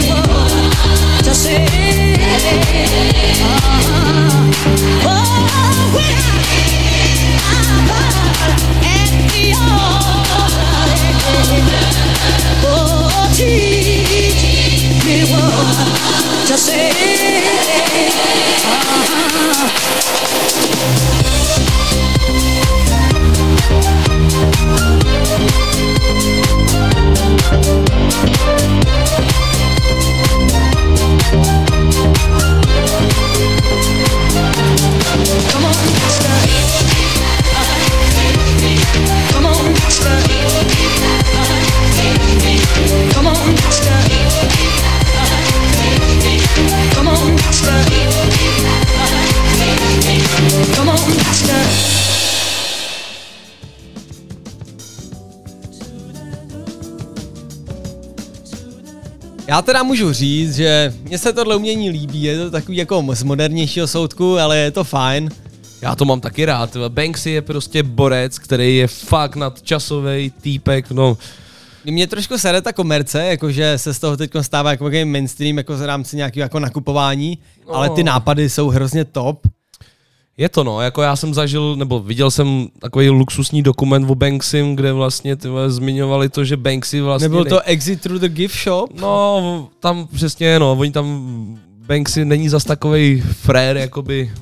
Já teda můžu říct, že mně se tohle umění líbí, je to takový jako z modernějšího soudku, ale je to fajn. Já to mám taky rád. Banksy je prostě borec, který je fakt nadčasový týpek, no. Mě trošku sere ta komerce, jakože se z toho teď stává jako mainstream, jako v rámci nějakého jako nakupování, ale ty nápady jsou hrozně top. Je to no, jako já jsem zažil, nebo viděl jsem takový luxusní dokument o Banksym, kde vlastně zmiňovali to, že Banksy vlastně... Nebylo to Exit through the gift shop? No, tam přesně, no, oni tam, Banksy není zas takovej frér, jakoby,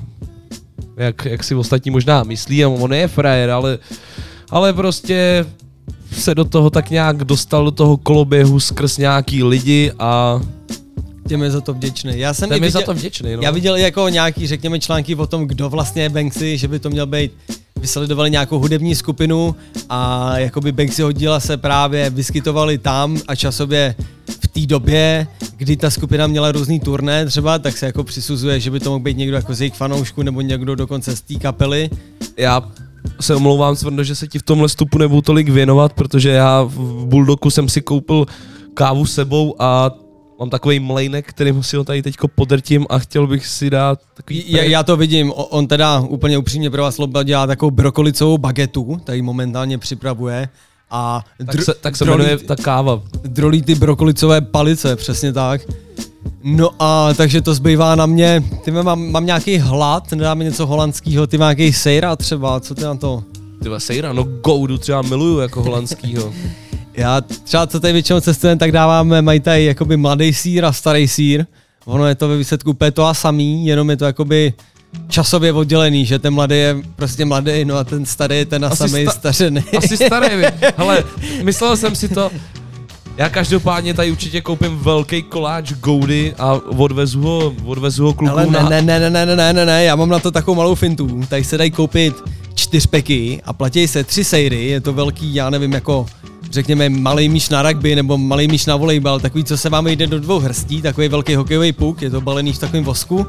jak si ostatní možná myslí, a on je frér, ale prostě se do toho tak nějak dostal do toho koloběhu skrz nějaký lidi a... Těm je za to vděčný. Za to vděčný, no. Já viděl jako nějaký, řekněme, články o tom, kdo vlastně je Banksy, že by to měl být, vysledovali nějakou hudební skupinu a jakoby Banksyho díla se právě vyskytovali tam a časově v té době, kdy ta skupina měla různý turné třeba, tak se jako přisuzuje, že by to mohl být někdo jako z jejich fanoušků nebo někdo dokonce z té kapely. Já se omlouvám, Svrndo, že se ti v tomhle stupu nebudu tolik věnovat, protože já v Bulldogu jsem si koupil kávu s sebou a mám takový mlejnek, kterým si ho tady teďko podrtím a chtěl bych si dát takový... Já to vidím, on teda úplně upřímně pro vás Loba dělá takovou brokolicovou bagetu, tady momentálně připravuje a... Tak se jmenuje ta káva. Drolí ty brokolicové palice, přesně tak. No a takže to zbývá na mě, ty mám nějaký hlad, nedá mi něco holandského, ty má nějaký sejra třeba, co ty na to? Tyhle sejra, no Goudu třeba miluju jako holandskýho. Já třeba co tady většinou cestujeme, tak dáváme, mají tady jakoby mladý sýr a starý sýr. Ono je to ve výsledku úplně to a samý, jenom je to jakoby časově oddělený, že ten mladý je prostě mladý, no a ten starý je ten a samý stařený. Asi starý, hele, myslel jsem si to, já každopádně tady určitě koupím velký koláč Goudy a odvezu ho klukům Ne, já mám na to takovou malou fintu, tady se dají koupit 4 peky a platí se 3 sejry, je to velký, já nevím, jako řekněme malej míč na rugby nebo malej míč na volejbal, takový, co se vám jde do 2 hrstí, takový velký hokejový puk, je to balený v takovém vosku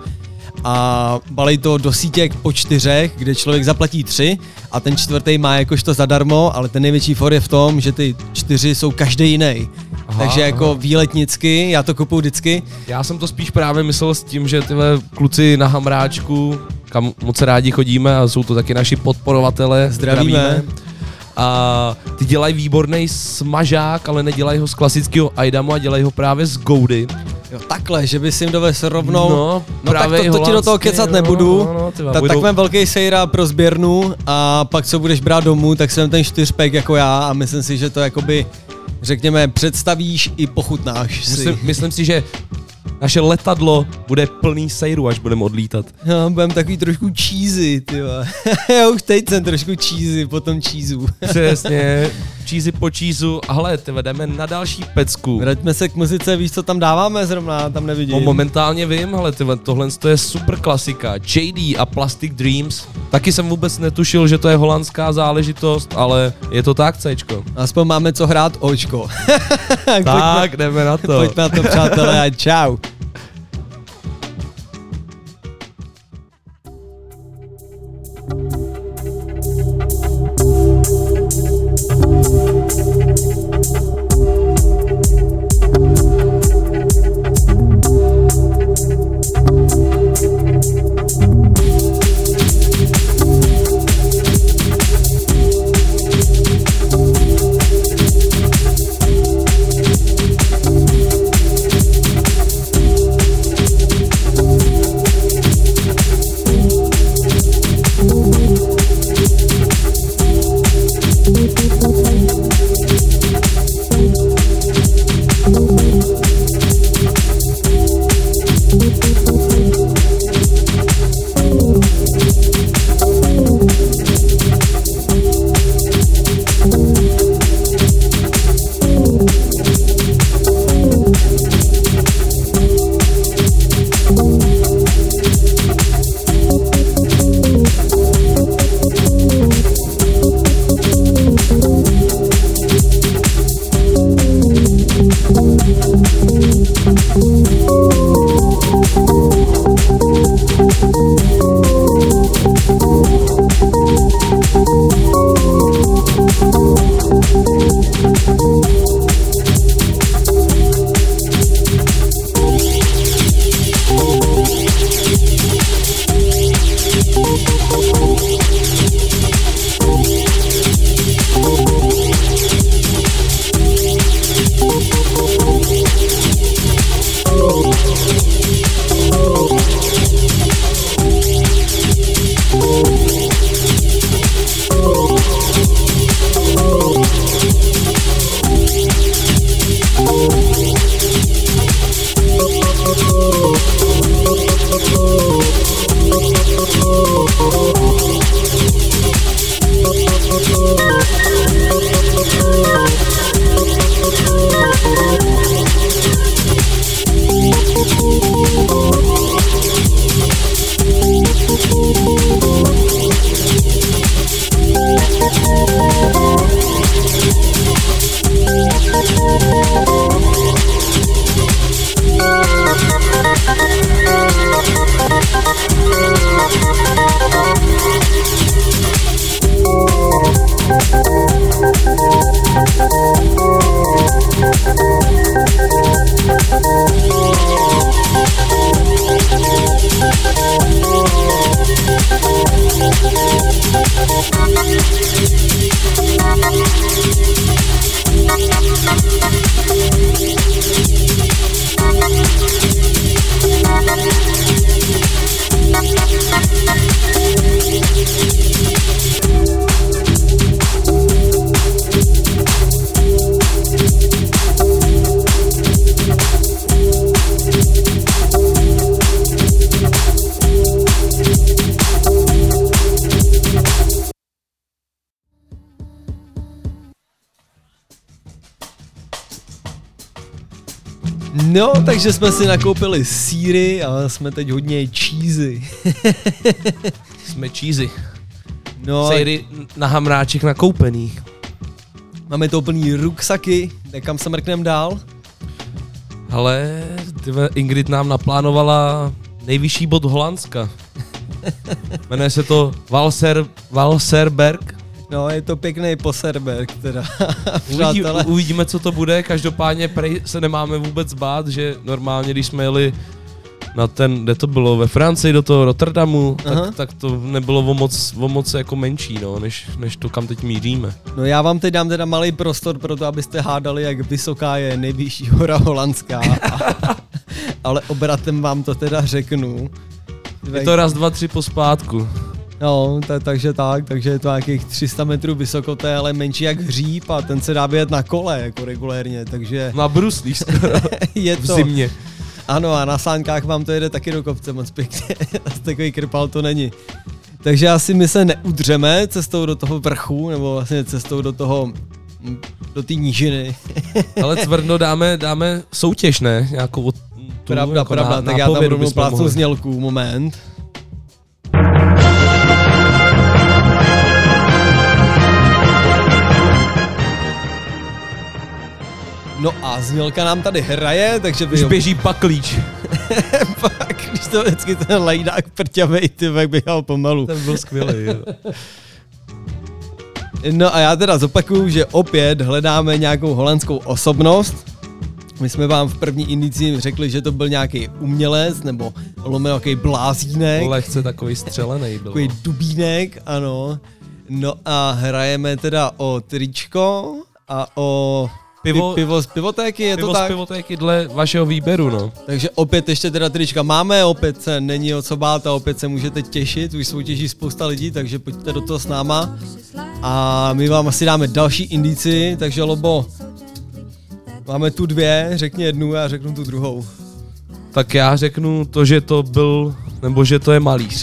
a balej to do sítěk po 4, kde člověk zaplatí 3 a ten 4. má jakožto zadarmo, ale ten největší for je v tom, že ty 4 jsou každý jiný. Takže jako výletnicky, já to kupuju vždycky. Já jsem to spíš právě myslel s tím, že tyhle kluci na Hamráčku, kam moc rádi chodíme a jsou to taky naši podporovatelé. Zdravíme. A ty dělají výborný smažák, ale nedělají ho z klasického Aidamu a dělají ho právě z Goudy. Jo, takhle, že by si jim dovez rovnou, no tak to ti do toho kecat nebudu, tak mám velký sejra pro sběrnu a pak co budeš brát domů, tak jsem ten 4pack jako já a myslím si, že to jakoby, řekněme, představíš i pochutnáš si. Myslím si, že naše letadlo bude plný sejru, až budeme odlítat. No, budeme takový trošku cheesy, tyva. Já už teď jsem trošku cheesy po tom cheeseu. Přesně, cheesy po cheeseu. A hele, jdeme na další pecku. Vraťme se k muzice, víš, co tam dáváme zrovna, tam nevidím. No, momentálně vím, hele, tohle je super klasika. JD a Plastic Dreams. Taky jsem vůbec netušil, že to je holandská záležitost, ale je to tak, Cčko. Aspoň máme co hrát, Očko. Tak, jdeme na to. Pojďme na to, přátelé, a čau. No, takže jsme si nakoupili sýry a jsme teď hodně cheesy. Jsme cheesy. No, Sejry na hamráček nakoupený. máme to plný ruksaky, tak kam se mrknem dál? Ale Ingrid nám naplánovala nejvyšší bod Holandska. Jmenuje se to Valserberg. No, je to pěkný poserberg teda. Uvidíme, co to bude. Každopádně prej se nemáme vůbec bát, že normálně, když jsme jeli na ten, kde to bylo, ve Francii do toho Rotterdamu, tak to nebylo o moc jako menší, no, než to, kam teď míříme. No já vám teď dám teda malý prostor pro to, abyste hádali, jak vysoká je nejvyšší hora holandská. Ale obratem vám to teda řeknu. Je to 1, 2, 3 pospátku. No, takže je to nějakých 300 metrů vysoko, to je ale menší jak hříb a ten se dá běhat na kole jako regulérně, takže... Na bruslích skoro, je to. V zimě. Ano, a na sánkách vám to jede taky do kopce moc pěkně, takový krpal to není. Takže asi my se neudřeme cestou do toho vrchu, nebo vlastně cestou do té nížiny. Ale Cvrno dáme soutěž, ne? Nějakou Pravda, tak já tam rovnou plácnu znělku, moment. No a znělka nám tady hraje, takže už běží paklíč. Pak, když to vždycky ten lajdák prťavej, ty běhal pomalu. Ten byl skvělý, jo. No a já teda zopakuju, že opět hledáme nějakou holandskou osobnost. My jsme vám v první indici řekli, že to byl nějaký umělec, nebo nějaký blázínek. Lehce takový střelený byl. Takový dubínek, ano. No a hrajeme teda o tričko a o pivo z pivotéky, je to tak? Pivo z pivotéky dle vašeho výběru, no. Takže opět ještě teda trička máme, opět se není o co bát a opět se můžete těšit, už soutěží spousta lidí, takže pojďte do toho s náma. A my vám asi dáme další indici, takže Lobo, máme tu 2, řekni jednu, já řeknu tu druhou. Tak já řeknu to, že to byl, nebo že to je malíř.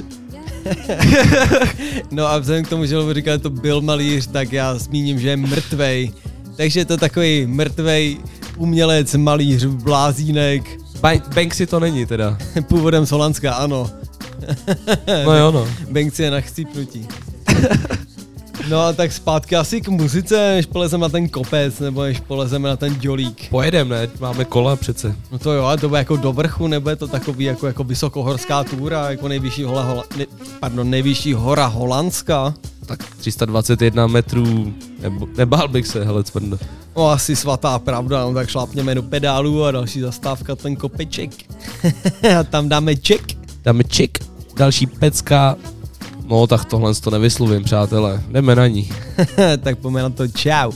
No a vzhledem k tomu, že Lobo říkal, že to byl malíř, tak já zmíním, že je mrtvej. Takže je to takový mrtvej umělec, malíř, blázínek. Banksy to není teda. Původem z Holandska, ano. No jo, no. Banksy je na chcípnutí. No a tak zpátky asi k muzice, než polezeme na ten kopec, nebo než polezeme na ten dělík. Pojedem, ne? Máme kola přece. No to jo, ale to bude jako do vrchu, nebo je to takový jako vysokohorská túra, jako nejvyšší hora Holandska. Tak 321 metrů, nebál bych se, hele Cvrndo. No asi svatá pravda, no tak šlápněme do pedálu a další zastávka ten kopeček. A tam dáme ček. Další pecka. No tak tohle to nevyslovím, přátelé, jdeme na ní. Tak pojďme na to, čau.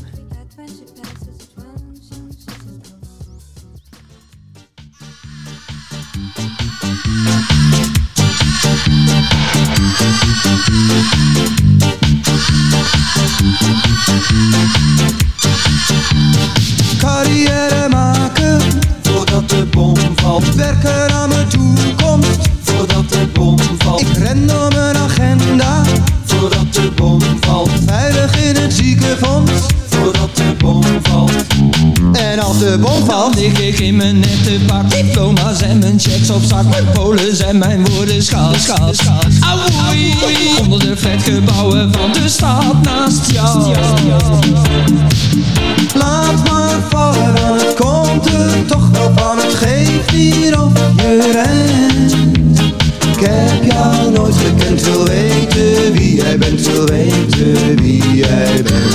Carrière maken voordat de bom valt. Werken aan mijn toekomst voordat de bom valt. Ik ren door mijn agenda voordat de bom valt. Veilig in het ziekenfonds voordat de bom valt. En als de bom valt, lig ik in mijn nette pak. Diploma's en mijn checks op zak. Mijn polen en mijn woorden schaal. Auwoei, onder de flatgebouwen van de stad naast jou. Laat maar vallen, dan het komt er toch wel van. Het geeft hier of je rent. Ik heb jou nooit gekend, wil weten wie jij bent, wil weten wie jij bent.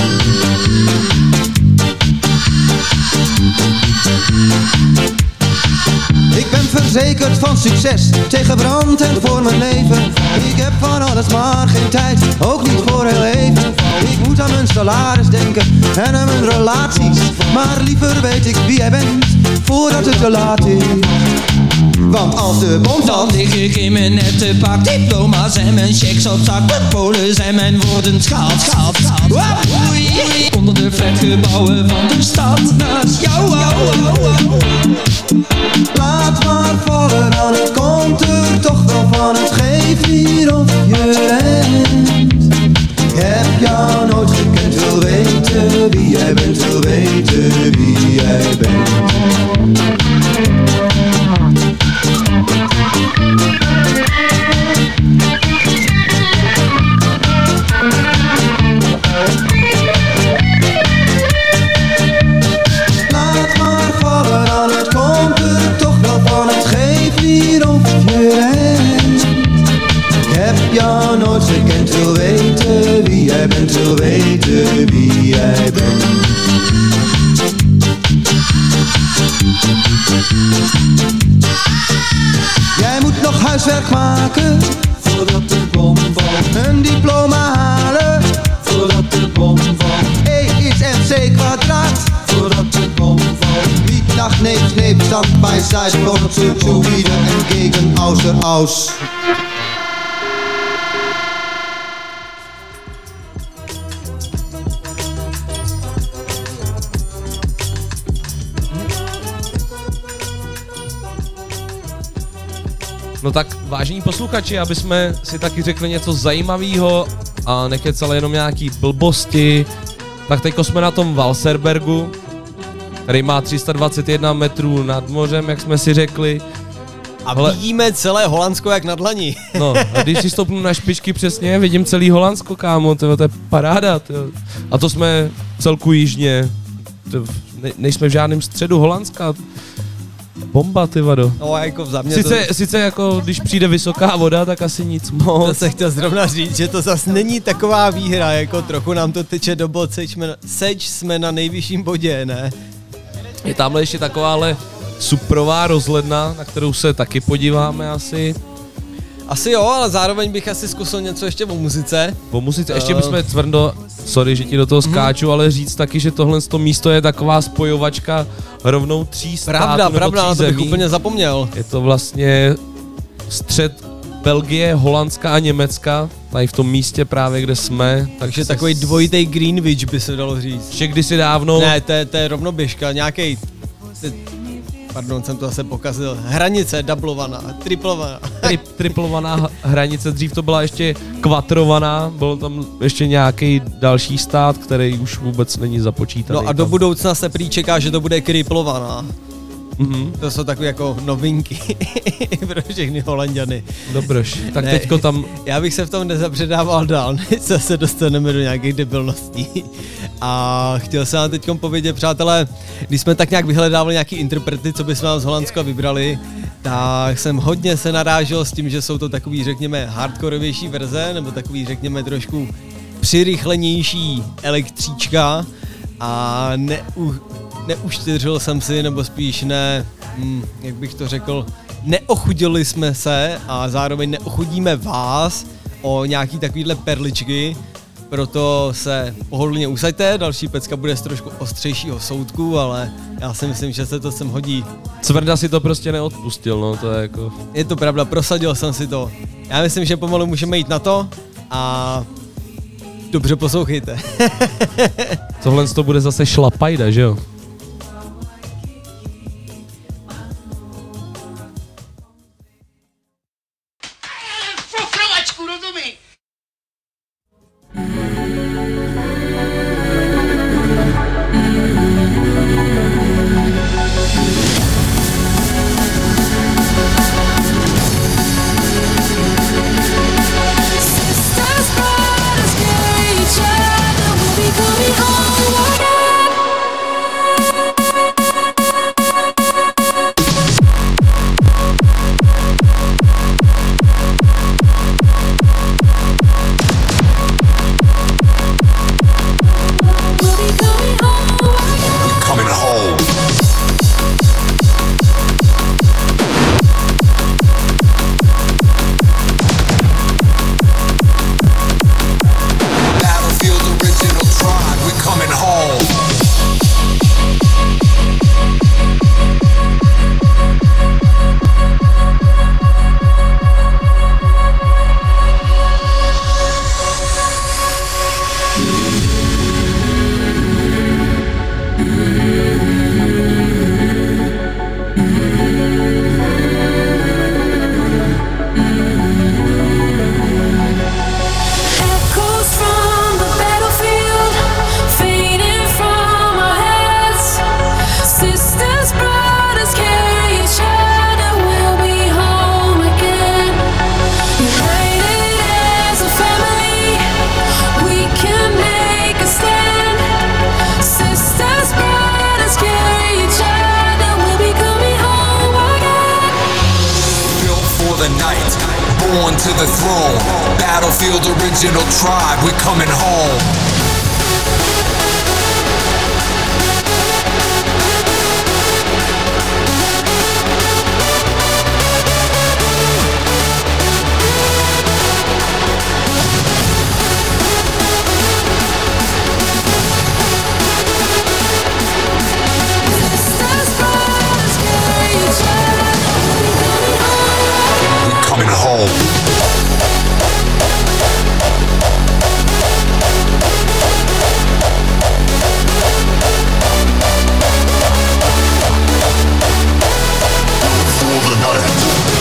Ik ben verzekerd van succes, tegen brand en voor mijn leven. Ik heb van alles maar geen tijd, ook niet voor heel even. Ik moet aan mijn salaris denken en aan mijn relaties. Maar liever weet ik wie jij bent, voordat het te laat is. Want als de bom valt, lig ik in mijn nette pak. Diploma's en mijn checks op zak. Mijn polen en mijn woorden schaal. Onder de flatgebouwen van de stad naast jou. Laat maar vallen, dan het komt er toch wel van. Het geeft hier of je rent. Ik heb jou nooit gekend, wil weten wie jij bent, wil weten wie jij bent. wil weten wie jij bent, wil weten wie jij bent. Jij moet nog huiswerk maken voordat de bom valt. Een diploma halen voordat de bom valt. E is MC kwadraat voordat de bom valt. Niet nach neemt neemt stand bij side wordt zu wieder entgegen außer aus. No tak, vážení posluchači, aby jsme si taky řekli něco zajímavého a nekecali jenom nějaký blbosti, tak teďko jsme na tom Valserbergu, který má 321 metrů nad mořem, jak jsme si řekli. A vidíme celé Holandsko jak na dlani. No, a když si stoupnu na špičky přesně, vidím celý Holandsko, kámo, to je paráda. A to jsme celku jižně, nejsme v žádném středu Holandska. Bomba, ty vado. No, jako za mě sice jako, když přijde vysoká voda, tak asi nic moc. To se chtěl zrovna říct, že to zase není taková výhra, jako trochu nám to teče do bod, seč jsme na nejvyšším bodě, ne? Je tamhle ještě takováhle suprová rozhledna, na kterou se taky podíváme asi. Asi jo, ale zároveň bych asi zkusil něco ještě o muzice. O muzice, ještě bychom Cvrndo, sorry, že ti do toho skáču, ale říct taky, že tohle místo je taková spojovačka rovnou 3 států Pravda, nebo 3 to bych zemí. úplně zapomněl. Je to vlastně střed Belgie, Holandska a Německa, tady v tom místě právě, kde jsme. Takže takový dvojitý Greenwich by se dalo říct. Ještě kdysi dávno. Ne, to je rovnoběžka, nějaký. Pardon, jsem to zase pokazil. Hranice, dublovaná, triplovaná. Triplovaná hranice, dřív to byla ještě kvatrovaná, byl tam ještě nějaký další stát, který už vůbec není započítaný. No a do budoucna se prý čeká, že to bude kriplovaná. Mm-hmm. To jsou takové jako novinky pro všechny Holanďany. Dobroš, tak ne, teďko tam... Já bych se v tom nezapředával dál, než se dostaneme do nějakých debilností. A chtěl jsem vám teďkom povědět, přátelé, když jsme tak nějak vyhledávali nějaký interprety, co bychom vám z Holandska vybrali, tak jsem hodně se narážel s tím, že jsou to takový, řekněme, hardkorovější verze, nebo takový, řekněme, trošku přirychlenější elektříčka a neuštěřil jsem si, nebo spíš jak bych to řekl, neochudili jsme se a zároveň neochudíme vás o nějaký takovýhle perličky, proto se pohodlně usaďte, další pecka bude z trošku ostřejšího soudku, ale já si myslím, že se to sem hodí. Cvrda si to prostě neodpustil, no to je jako... Je to pravda, prosadil jsem si to. Já myslím, že pomalu můžeme jít na to a dobře poslouchejte. Tohle to bude zase šlapajda, že jo? Battlefield original tribe, we coming home. Coming home. For the night.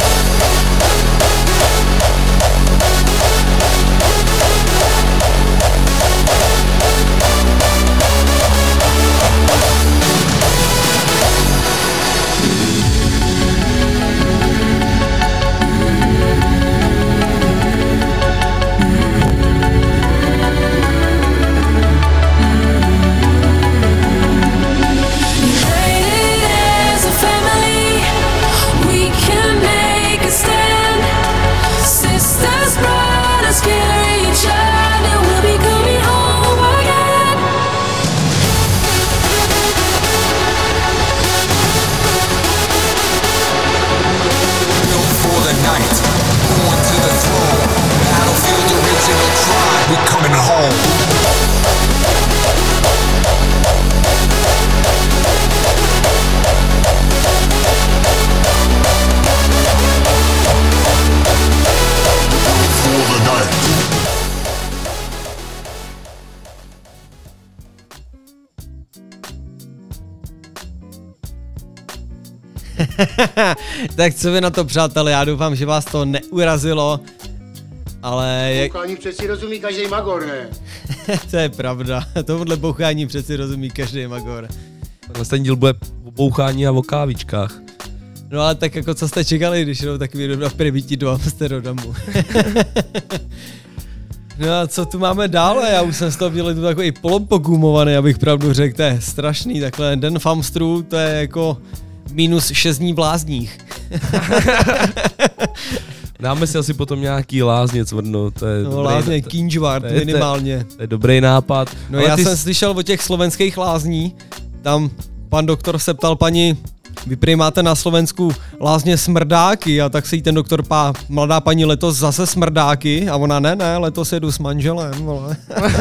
Tak co vy na to, přátelé, já doufám, že vás to neurazilo, ale... Bouchání přeci rozumí každý magor, ne? To je pravda, tomuhle bouchání přeci rozumí každý magor. Ten díl bude o bouchání a o kávičkách. No ale tak jako co jste čekali, když jdou takový prvítí do Amsterdamu. No a co tu máme dále? Já už jsem z toho viděl tu takový polopogumovaný, abych pravdu řekl, to je strašný, takhle den v Amstru, to je jako minus 6 dní v lázních. Dáme si asi potom nějaký lázně cvrno, to je dobrý, lázně, Kinžvart minimálně. To je dobrý nápad. No ale já jsem slyšel o těch slovenských lázní, tam pan doktor se ptal paní, vy prý máte na Slovensku lázně smrdáky, a tak se jí ten doktor mladá paní, letos zase smrdáky, a ona ne, letos jedu s manželem, vole.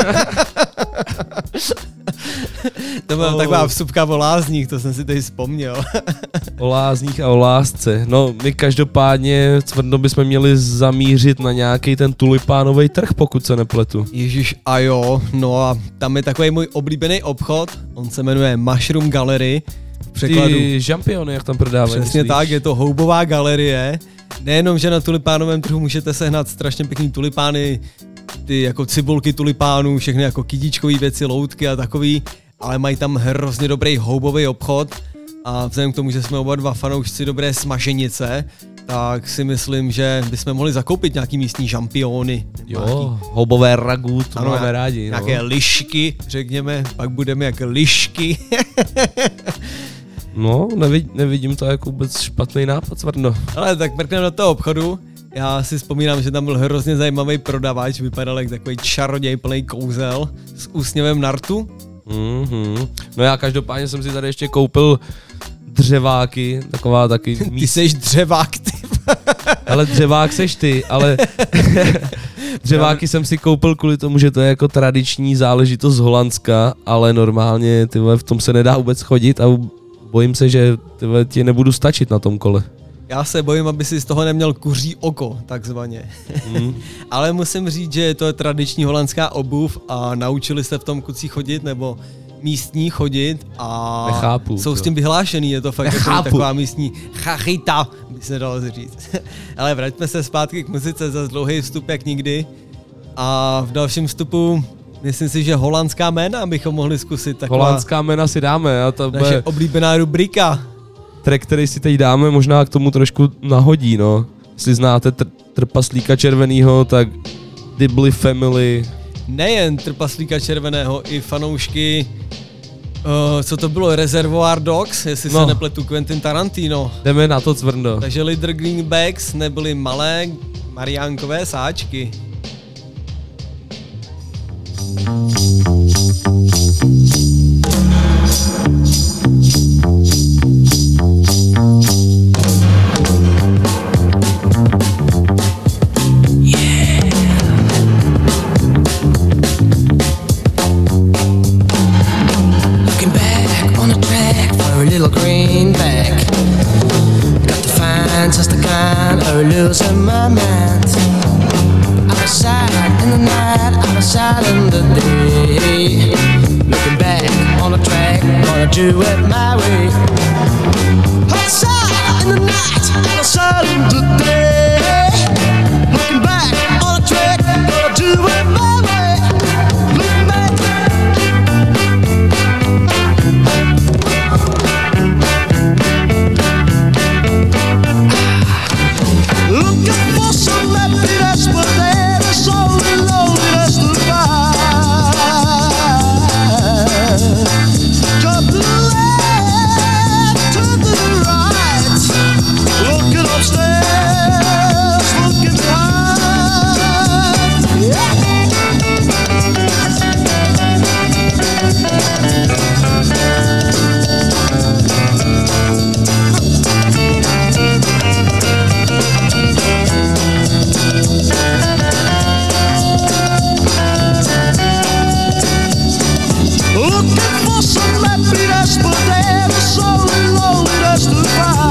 To byla taková vsupka o lázních, to jsem si tady vzpomněl. O lázních a o lásce. No, my každopádně cvrno bychom měli zamířit na nějaký ten tulipánový trh, pokud se nepletu. Ježíš, a jo, no a tam je takový můj oblíbený obchod, on se jmenuje Mushroom Gallery. Překladu. Ty žampiony, jak tam prodávají. Přesně myslíš? Tak, je to houbová galerie. Nejenom, že na tulipánovém trhu můžete sehnat strašně pěkný tulipány, ty jako cibulky tulipánů, všechny jako kytičkové věci, loutky a takový, ale mají tam hrozně dobrý houbový obchod a vzhledem k tomu, že jsme oba dva fanoušci dobré smaženice, tak si myslím, že bychom mohli zakoupit nějaký místní žampiony. Jo, houbové ragu, to ano, máme rádi. Nějaké lišky, řekněme, pak budeme jak lišky. No, nevidím to jako vůbec špatný nápad, cvrno. Ale tak mrkneme do toho obchodu. Já si vzpomínám, že tam byl hrozně zajímavý prodavač, vypadal jak takový čaroděj plný kouzel s úsměvem na rtu. Mm-hmm. No já každopádně jsem si tady ještě koupil dřeváky, taková taky... Ty seš dřevák, ty. Ale dřevák seš ty, ale... Dřeváky jsem si koupil kvůli tomu, že to je jako tradiční záležitost z Holandska, ale normálně v tom se nedá vůbec chodit a bojím se, že ti nebudu stačit na tom kole. Já se bojím, aby si z toho neměl kuří oko, takzvaně. Ale musím říct, že to je tradiční holandská obuv a naučili se v tom kucí chodit, nebo místní chodit a nechápu, jsou s tím vyhlášený, je to fakt jako taková místní chachita, by se dalo říct. Ale vraťme se zpátky k muzice, za dlouhý vstup jak nikdy a v dalším vstupu myslím si, že holandská jména bychom mohli zkusit. Holandská jména si dáme. A to naše oblíbená rubrika. Track, který si teď dáme, možná k tomu trošku nahodí, no. Jestli znáte Trpaslíka červenýho, tak Dibbly Family. Nejen Trpaslíka červeného, i fanoušky, co to bylo, Reservoir Dogs, jestli se nepletu, Quentin Tarantino. Jdeme na to, cvrndo. Takže Little Greenbacks nebyly malé Mariánkové sáčky. Losing my mind. Out of sight in the night, out of sight in the day. Looking back on the track, gonna do it my way. Out of sight in the night, out of sight in the day. Looking back on the track, gonna do it my way. Looking back. Looking for some happiness, but there is so loneliness to find. Jump to the left, turn to the right. Looking upstairs, looking behind. Yeah. Looking for some happiness, but there is so loneliness to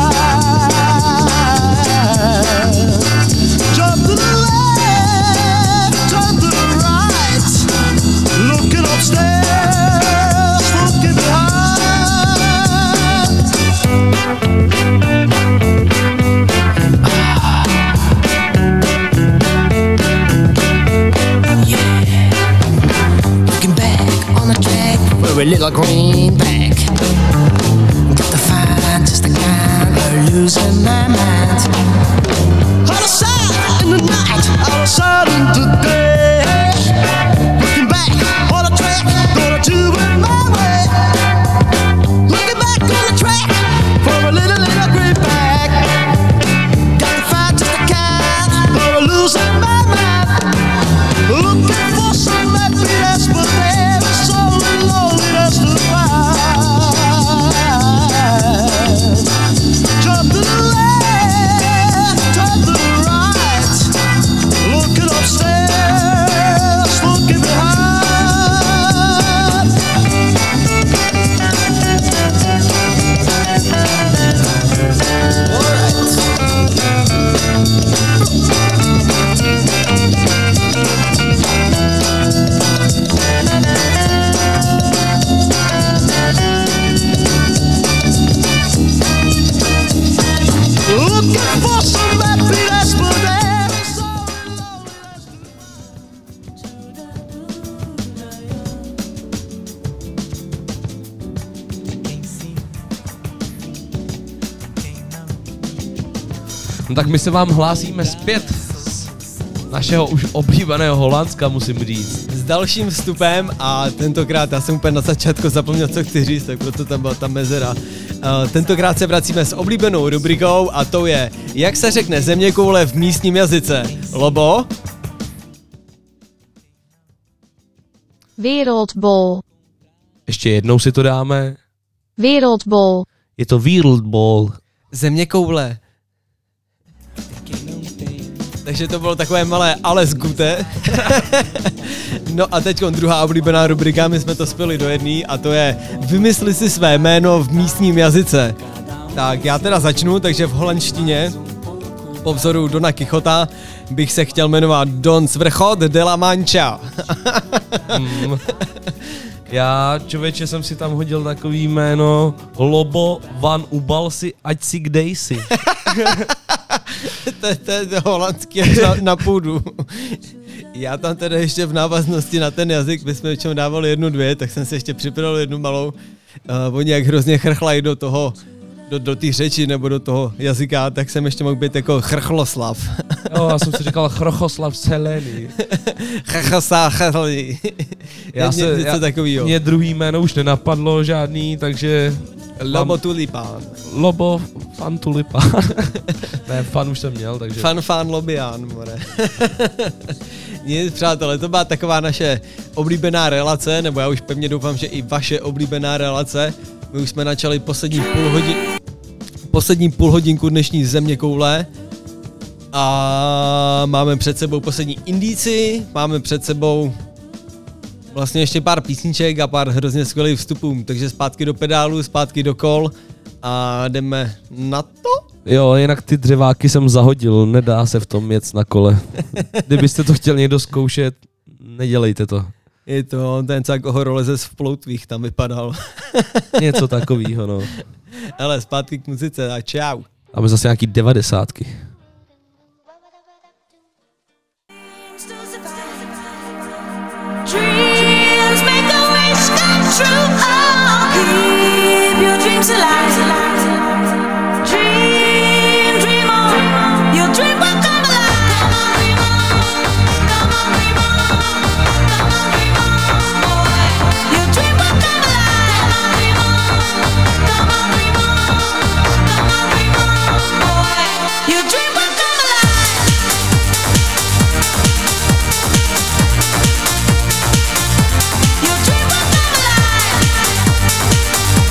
find. Jump to the left, turn to the right. Looking upstairs, looking behind. Looking back on the track for a little greenback. Got to find just the kind of losing my mind. Out of sight in the night, out of sight in the day. Looking back on the track, gonna do it my way. Looking back on the track for a little greenback. Got to find just the kind of losing my mind. Looking for some happiness, but there is so loneliness to find. Jump to the left, turn to the right. Looking upstairs, looking behind. All right. Looking for some happiness, but there is so No tak my se vám hlásíme zpět z našeho už oblíbeného Holandska, musím říct. S dalším vstupem a tentokrát, já jsem úplně na začátku zapomněl, co chci říct, tak proto tam byla ta mezera. Tentokrát se vracíme s oblíbenou rubrikou a to je, jak se řekne zeměkoule v místním jazyce. Lobo? Wereldbol. Ještě jednou si to dáme. Wereldbol. Je to Wereldbol. Zeměkoule. Takže to bylo takové malé alles gute. No a teď druhá oblíbená rubrika, my jsme to spili do jedné a to je vymysli si své jméno v místním jazyce. Tak já teda začnu, takže v holandštině po vzoru Dona Quixota bych se chtěl jmenovat Don Svrchot de la Mancha. Já, člověče, jsem si tam hodil takový jméno Lobo van Ubalsi, ať si kdej si. To je holandský na půdu. Já tam teda ještě v návaznosti na ten jazyk, my jsme většinou dávali 1, 2, tak jsem si ještě připravil jednu malou. Oni jak hrozně chrchlají do toho, do té řeči nebo do toho jazyka, tak jsem ještě mohl být jako Chrchloslav. Jo, já jsem si říkal Chrochoslav Selený. Chachasachali. Něco takovýho. Mě druhý jméno už nenapadlo žádný, takže... Lobo Tulipán. Lobo Fan Tulipán. Ne, fan už jsem měl, takže... Fan Lobián, more. Nic, přátelé, to byla taková naše oblíbená relace, nebo já už pevně doufám, že i vaše oblíbená relace. My už jsme načali poslední půlhodinku dnešní země koule a máme před sebou poslední indíci, máme před sebou vlastně ještě pár písniček a pár hrozně skvělých vstupů, takže zpátky do pedálu, zpátky do kol a jdeme na to. Jo, jinak ty dřeváky jsem zahodil, nedá se v tom jet na kole. Kdybyste to chtěl někdo zkoušet, nedělejte to. Je to ten cák horolezec v ploutvích tam vypadal. Něco takového, no. Ale zpátky k muzice a čau. Máme zase nějaký 90. Dreams make a wish come true. Oh, keep your dreams alive. Dream, dream on. Your dream will come alive. Come on, dream on. Come on, dream on. Come on, dream on, boy. Your dream will come alive. Come on, dream on. Come on, dream on. Come on, dream on, boy. Your dream will come alive. Your dream will come alive.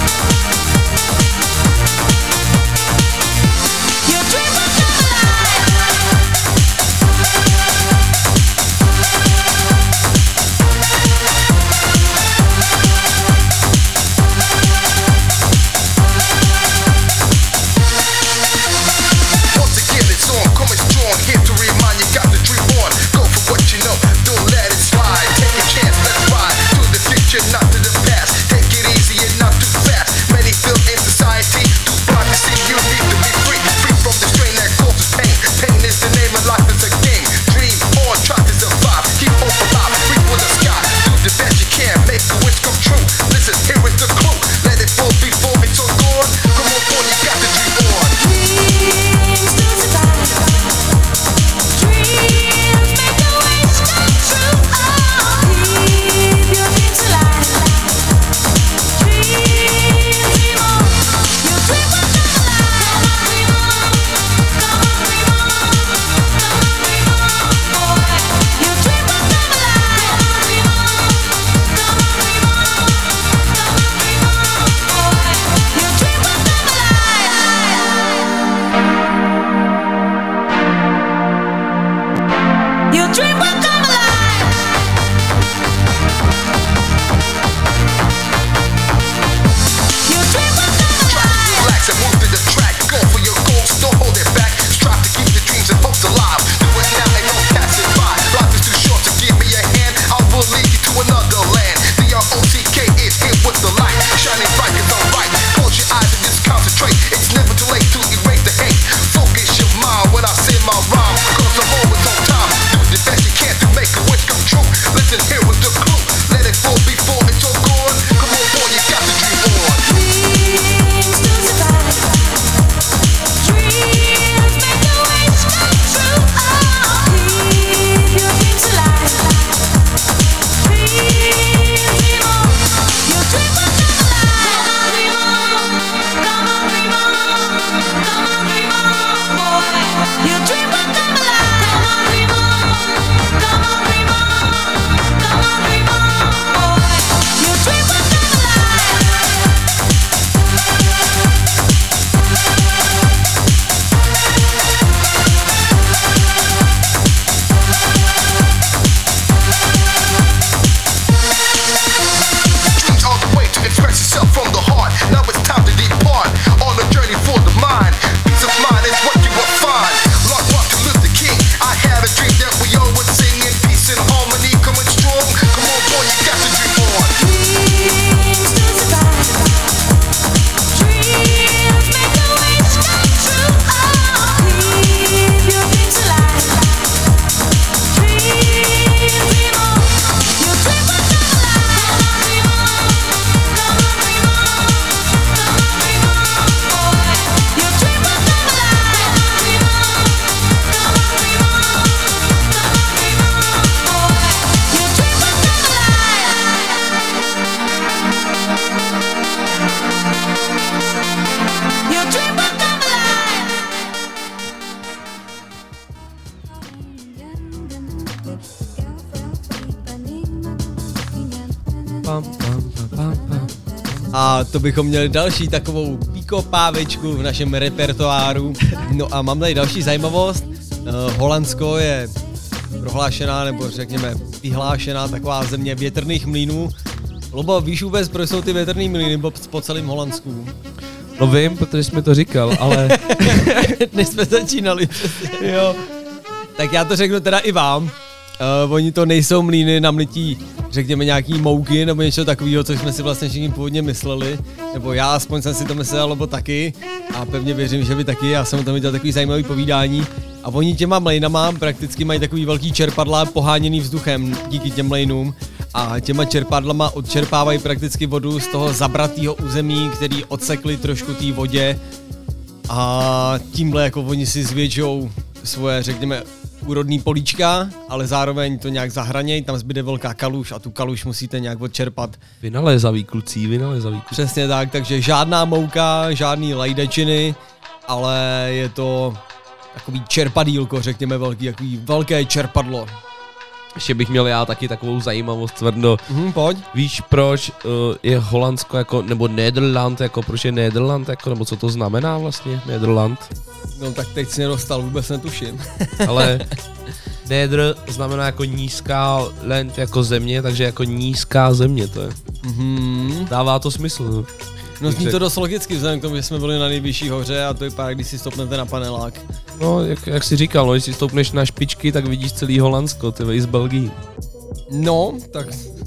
A to bychom měli další takovou píkopávečku v našem repertoáru. No a mám tady další zajímavost. Holandsko je prohlášená, nebo řekněme vyhlášená taková země větrných mlýnů. Lobo, víš vůbec, proč jsou ty větrný mlýny po celém Holandsku? No vím, protože jsi mi to říkal, ale... Než jsme začínali. Jo. Tak já to řeknu teda i vám. Oni to nejsou mlýny na mlití, řekněme, nějaký mouky nebo něco takového, což jsme si vlastně všichni původně mysleli. Nebo já aspoň jsem si to myslel, nebo taky. A pevně věřím, že by taky. Já jsem o tom viděl takový zajímavý povídání. A oni těma mlejnama prakticky mají takový velký čerpadla poháněný vzduchem díky těm mlejnům. A těma čerpadlama odčerpávají prakticky vodu z toho zabratého území, který odsekli trošku té vodě. A tímhle jako oni si zvětšou svoje, řekněme, úrodný políčka, ale zároveň to nějak zahraněj, tam zbyde velká kaluž a tu kaluž musíte nějak odčerpat. Vynalézavý kluci. Přesně tak, takže žádná mouka, žádný lajdečiny, ale je to takový čerpadýlko, řekněme, velké čerpadlo. Ještě bych měl já taky takovou zajímavost, Tvrdo. Pojď. Víš, proč je Holandsko jako, nebo Nederland, jako proč je Nederland, jako, nebo co to znamená vlastně, Nederland? No tak teď si nedostal, vůbec netuším. Ale Neder znamená jako nízká, land jako země, takže jako nízká země to je. Dává to smysl. No zní to dost logicky, vzhledem k tomu, že jsme byli na nejvyšší hoře a to je pár, když si stopnete na panelák. No, jak jsi říkal, no, když si stoupneš na špičky, tak vidíš celý Holandsko, ty i z Belgii. No, tak...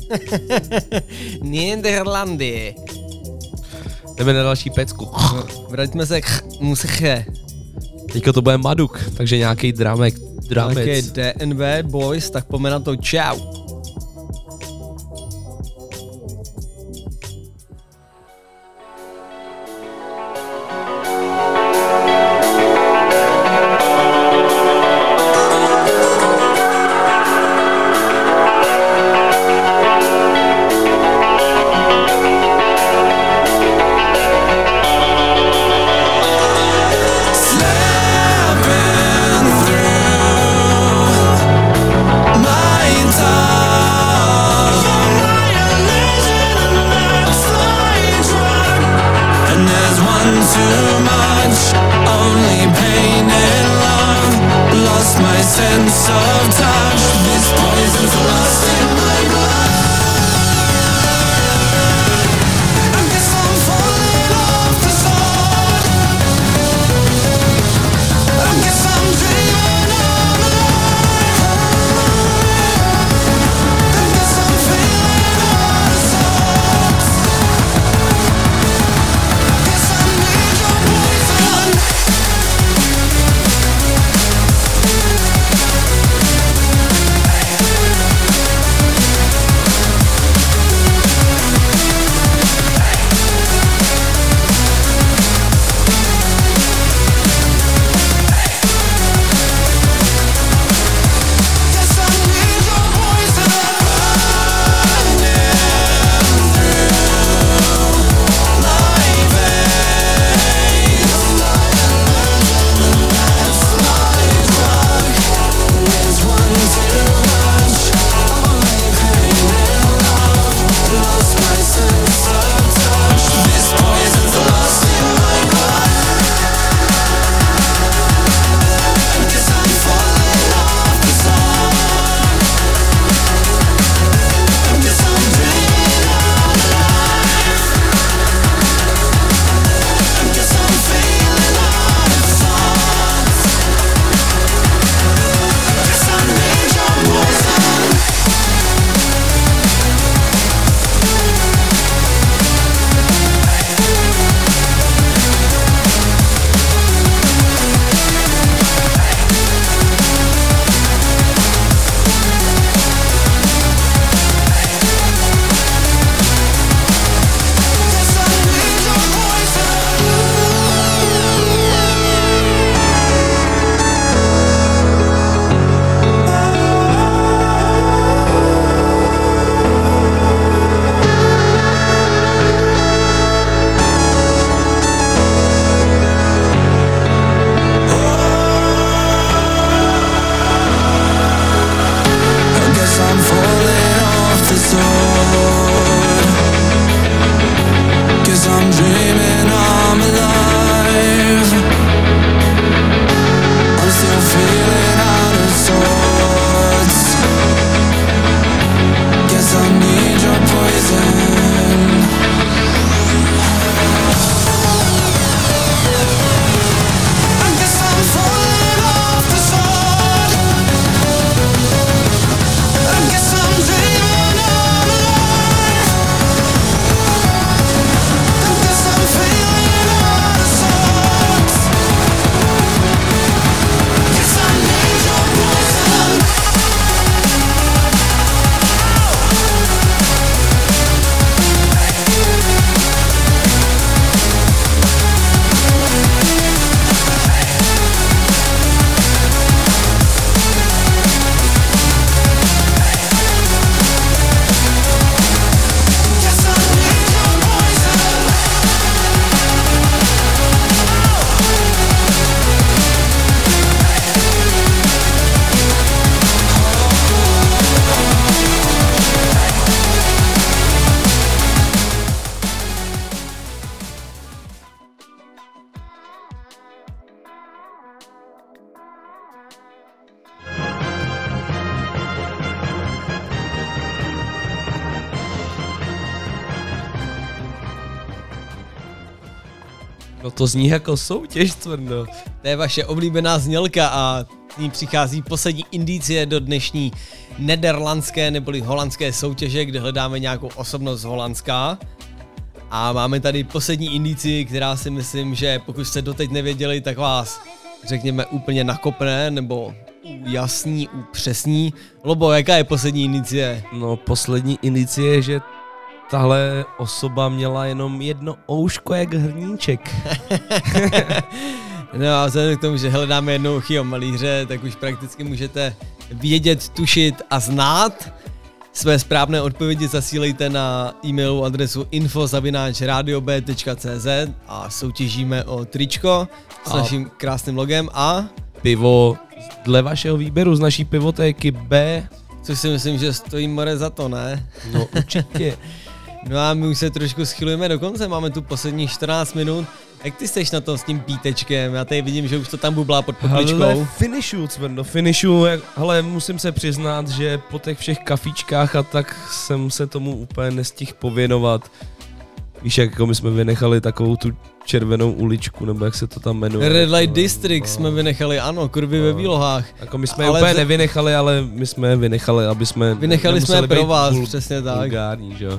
Nederlandy. Jdeme na další pecku. Vraťme se k muzice. Teďka to bude Maduk, takže nějaký dramec. Nějaký DNB Boys, tak pojďme na to, čau. Time No to zní jako soutěž, Cvrno. To je vaše oblíbená znělka a s ní přichází poslední indicie do dnešní nederlandské neboli holandské soutěže, kde hledáme nějakou osobnost holandská. A máme tady poslední indici, která si myslím, že pokud jste doteď nevěděli, tak vás řekněme úplně nakopne, nebo jasní, upřesní. Lobo, jaká je poslední indicie? No poslední indicie je, že tahle osoba měla jenom jedno ouško jak hrníček. No a vzhledem k tomu, že hledáme jednouchýho malíře, tak už prakticky můžete vědět, tušit a znát. Své správné odpovědi zasílejte na e-mailovou adresu info@radiob.cz a soutěžíme o tričko s naším krásným logem a pivo dle vašeho výběru z naší pivotéky B. Což si myslím, že stojí more za to, ne? No určitě. No a my už se trošku schylujeme do konce, máme tu posledních 14 minut. Jak ty jsi na tom s tím pítečkem? Já tady vidím, že už to tam bublá pod pokličkou. Hele, finishu, hele, musím se přiznat, že po těch všech kafičkách a tak jsem se tomu úplně nestihl pověnovat. Víš, jak jako my jsme vynechali takovou tu červenou uličku, nebo jak se to tam jmenuje. Red Light District jsme vynechali, ano, kurvy ve výlohách. Jako my jsme je úplně nevynechali, ale my jsme je vynechali, aby jsme vynechali jsme pro vás, přesně tak. Vulgární, že jo.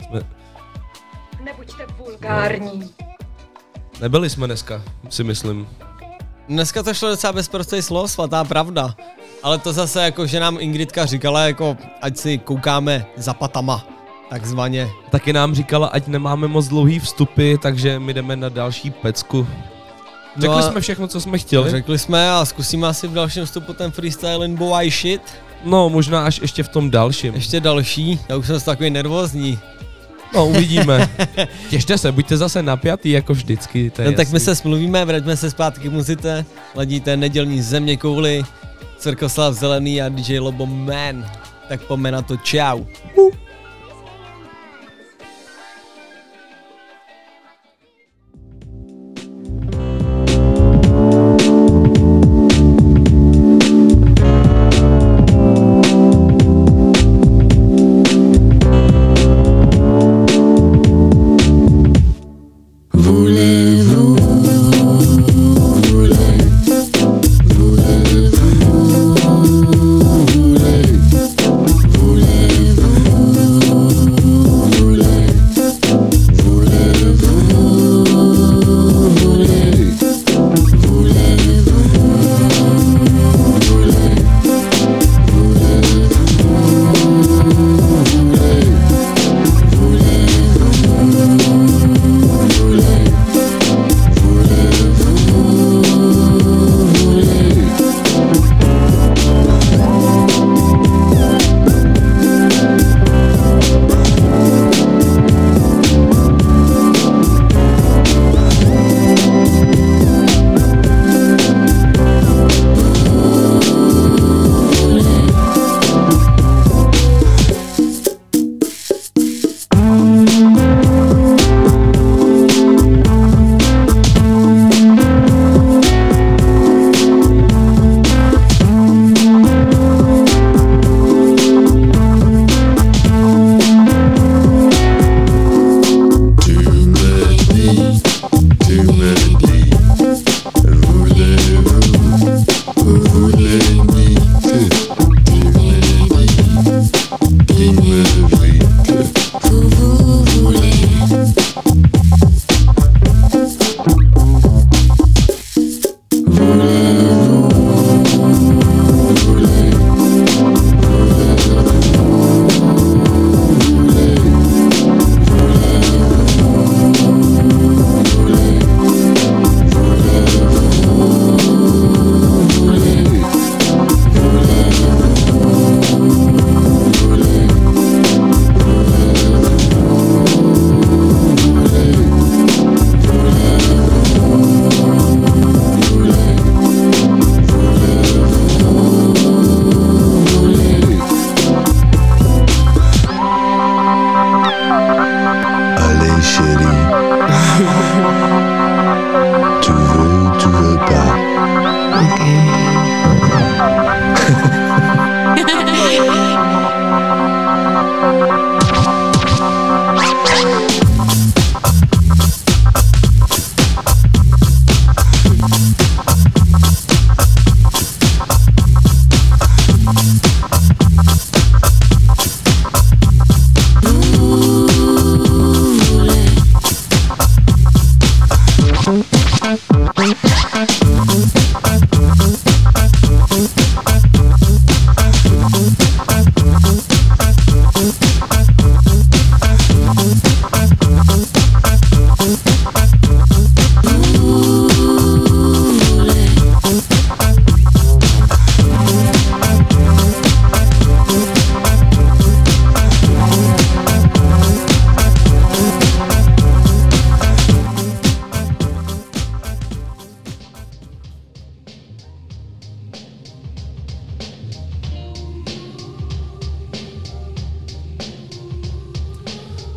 Nebuďte vulgární. Nebyli jsme dneska, si myslím. Dneska to šlo docela bezprostý slov, svatá pravda. Ale to zase jako, že nám Ingridka říkala, jako ať si koukáme za patama, takzvaně. Taky nám říkala, ať nemáme moc dlouhý vstupy, takže my jdeme na další pecku. Řekli jsme všechno, co jsme chtěli. Řekli jsme a zkusíme asi v dalším vstupu ten freestyle in boy shit. No, možná až ještě v tom dalším. Ještě další, já už jsem takový nervózní. No, uvidíme. Těšte se, buďte zase napjatý, jako vždycky. No, tak my se smluvíme, vraťme se zpátky k muzice. Ladíte nedělní země kouli, Cirkoslav Zelený a DJ Lobo Man. Tak pojďme na to, čau. Voulez-vous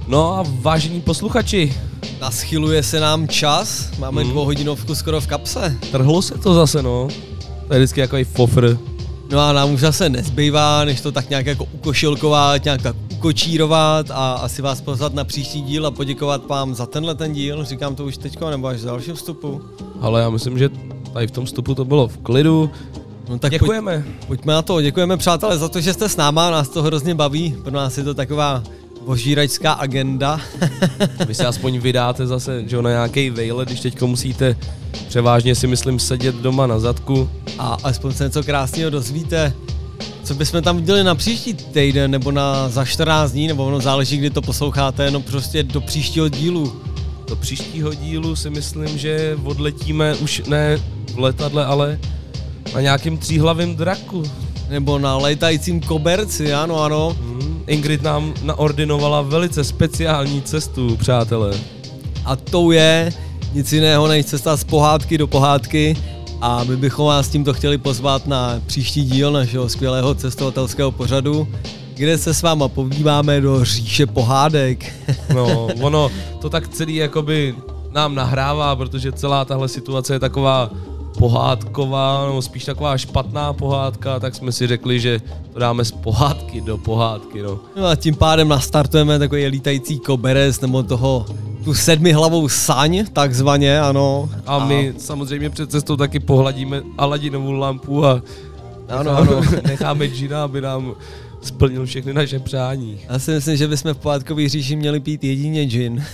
No a vážení posluchači. Naschyluje se nám čas, máme 2hodinovku skoro v kapse. Trhlo se to zase, no. To je vždycky jako i fofr. No a nám už zase nezbývá, než to tak nějak jako ukošilkovat, nějak tak ukočírovat a asi vás pozvat na příští díl a poděkovat vám za tenhle ten díl. Říkám to už teďko, nebo až v dalším vstupu. Ale já myslím, že tady v tom vstupu to bylo v klidu. No tak děkujeme. Pojďme na to, děkujeme přátelé za to, že jste s náma, nás to hrozně baví, pro nás je to taková ožíračská agenda. Vy se aspoň vydáte zase, že na nějaký vejlet, když teďko musíte převážně si myslím sedět doma na zadku. A aspoň se něco krásného dozvíte. Co bychom tam viděli na příští týden, nebo za 14 dní, nebo ono záleží, kdy to posloucháte, no prostě do příštího dílu. Do příštího dílu si myslím, že odletíme už ne v letadle, ale na nějakým tříhlavým draku. Nebo na létajícím koberci, ano. Ingrid nám naordinovala velice speciální cestu, přátelé. A tou je nic jiného než cesta z pohádky do pohádky a my bychom vás tímto chtěli pozvat na příští díl našeho skvělého cestovatelského pořadu, kde se s váma pobýváme do říše pohádek. No, ono to tak celý jakoby nám nahrává, protože celá tahle situace je taková pohádková, nebo spíš taková špatná pohádka, tak jsme si řekli, že to dáme z pohádky do pohádky, no. No a tím pádem nastartujeme takový lítající koberec, nebo tu 7hlavou saň, takzvaně, ano. A my samozřejmě před cestou taky pohladíme Aladinovou lampu a necháme džina, aby nám splnil všechny naše přání. Já si myslím, že bychom v pohádkové říši měli pít jedině džin.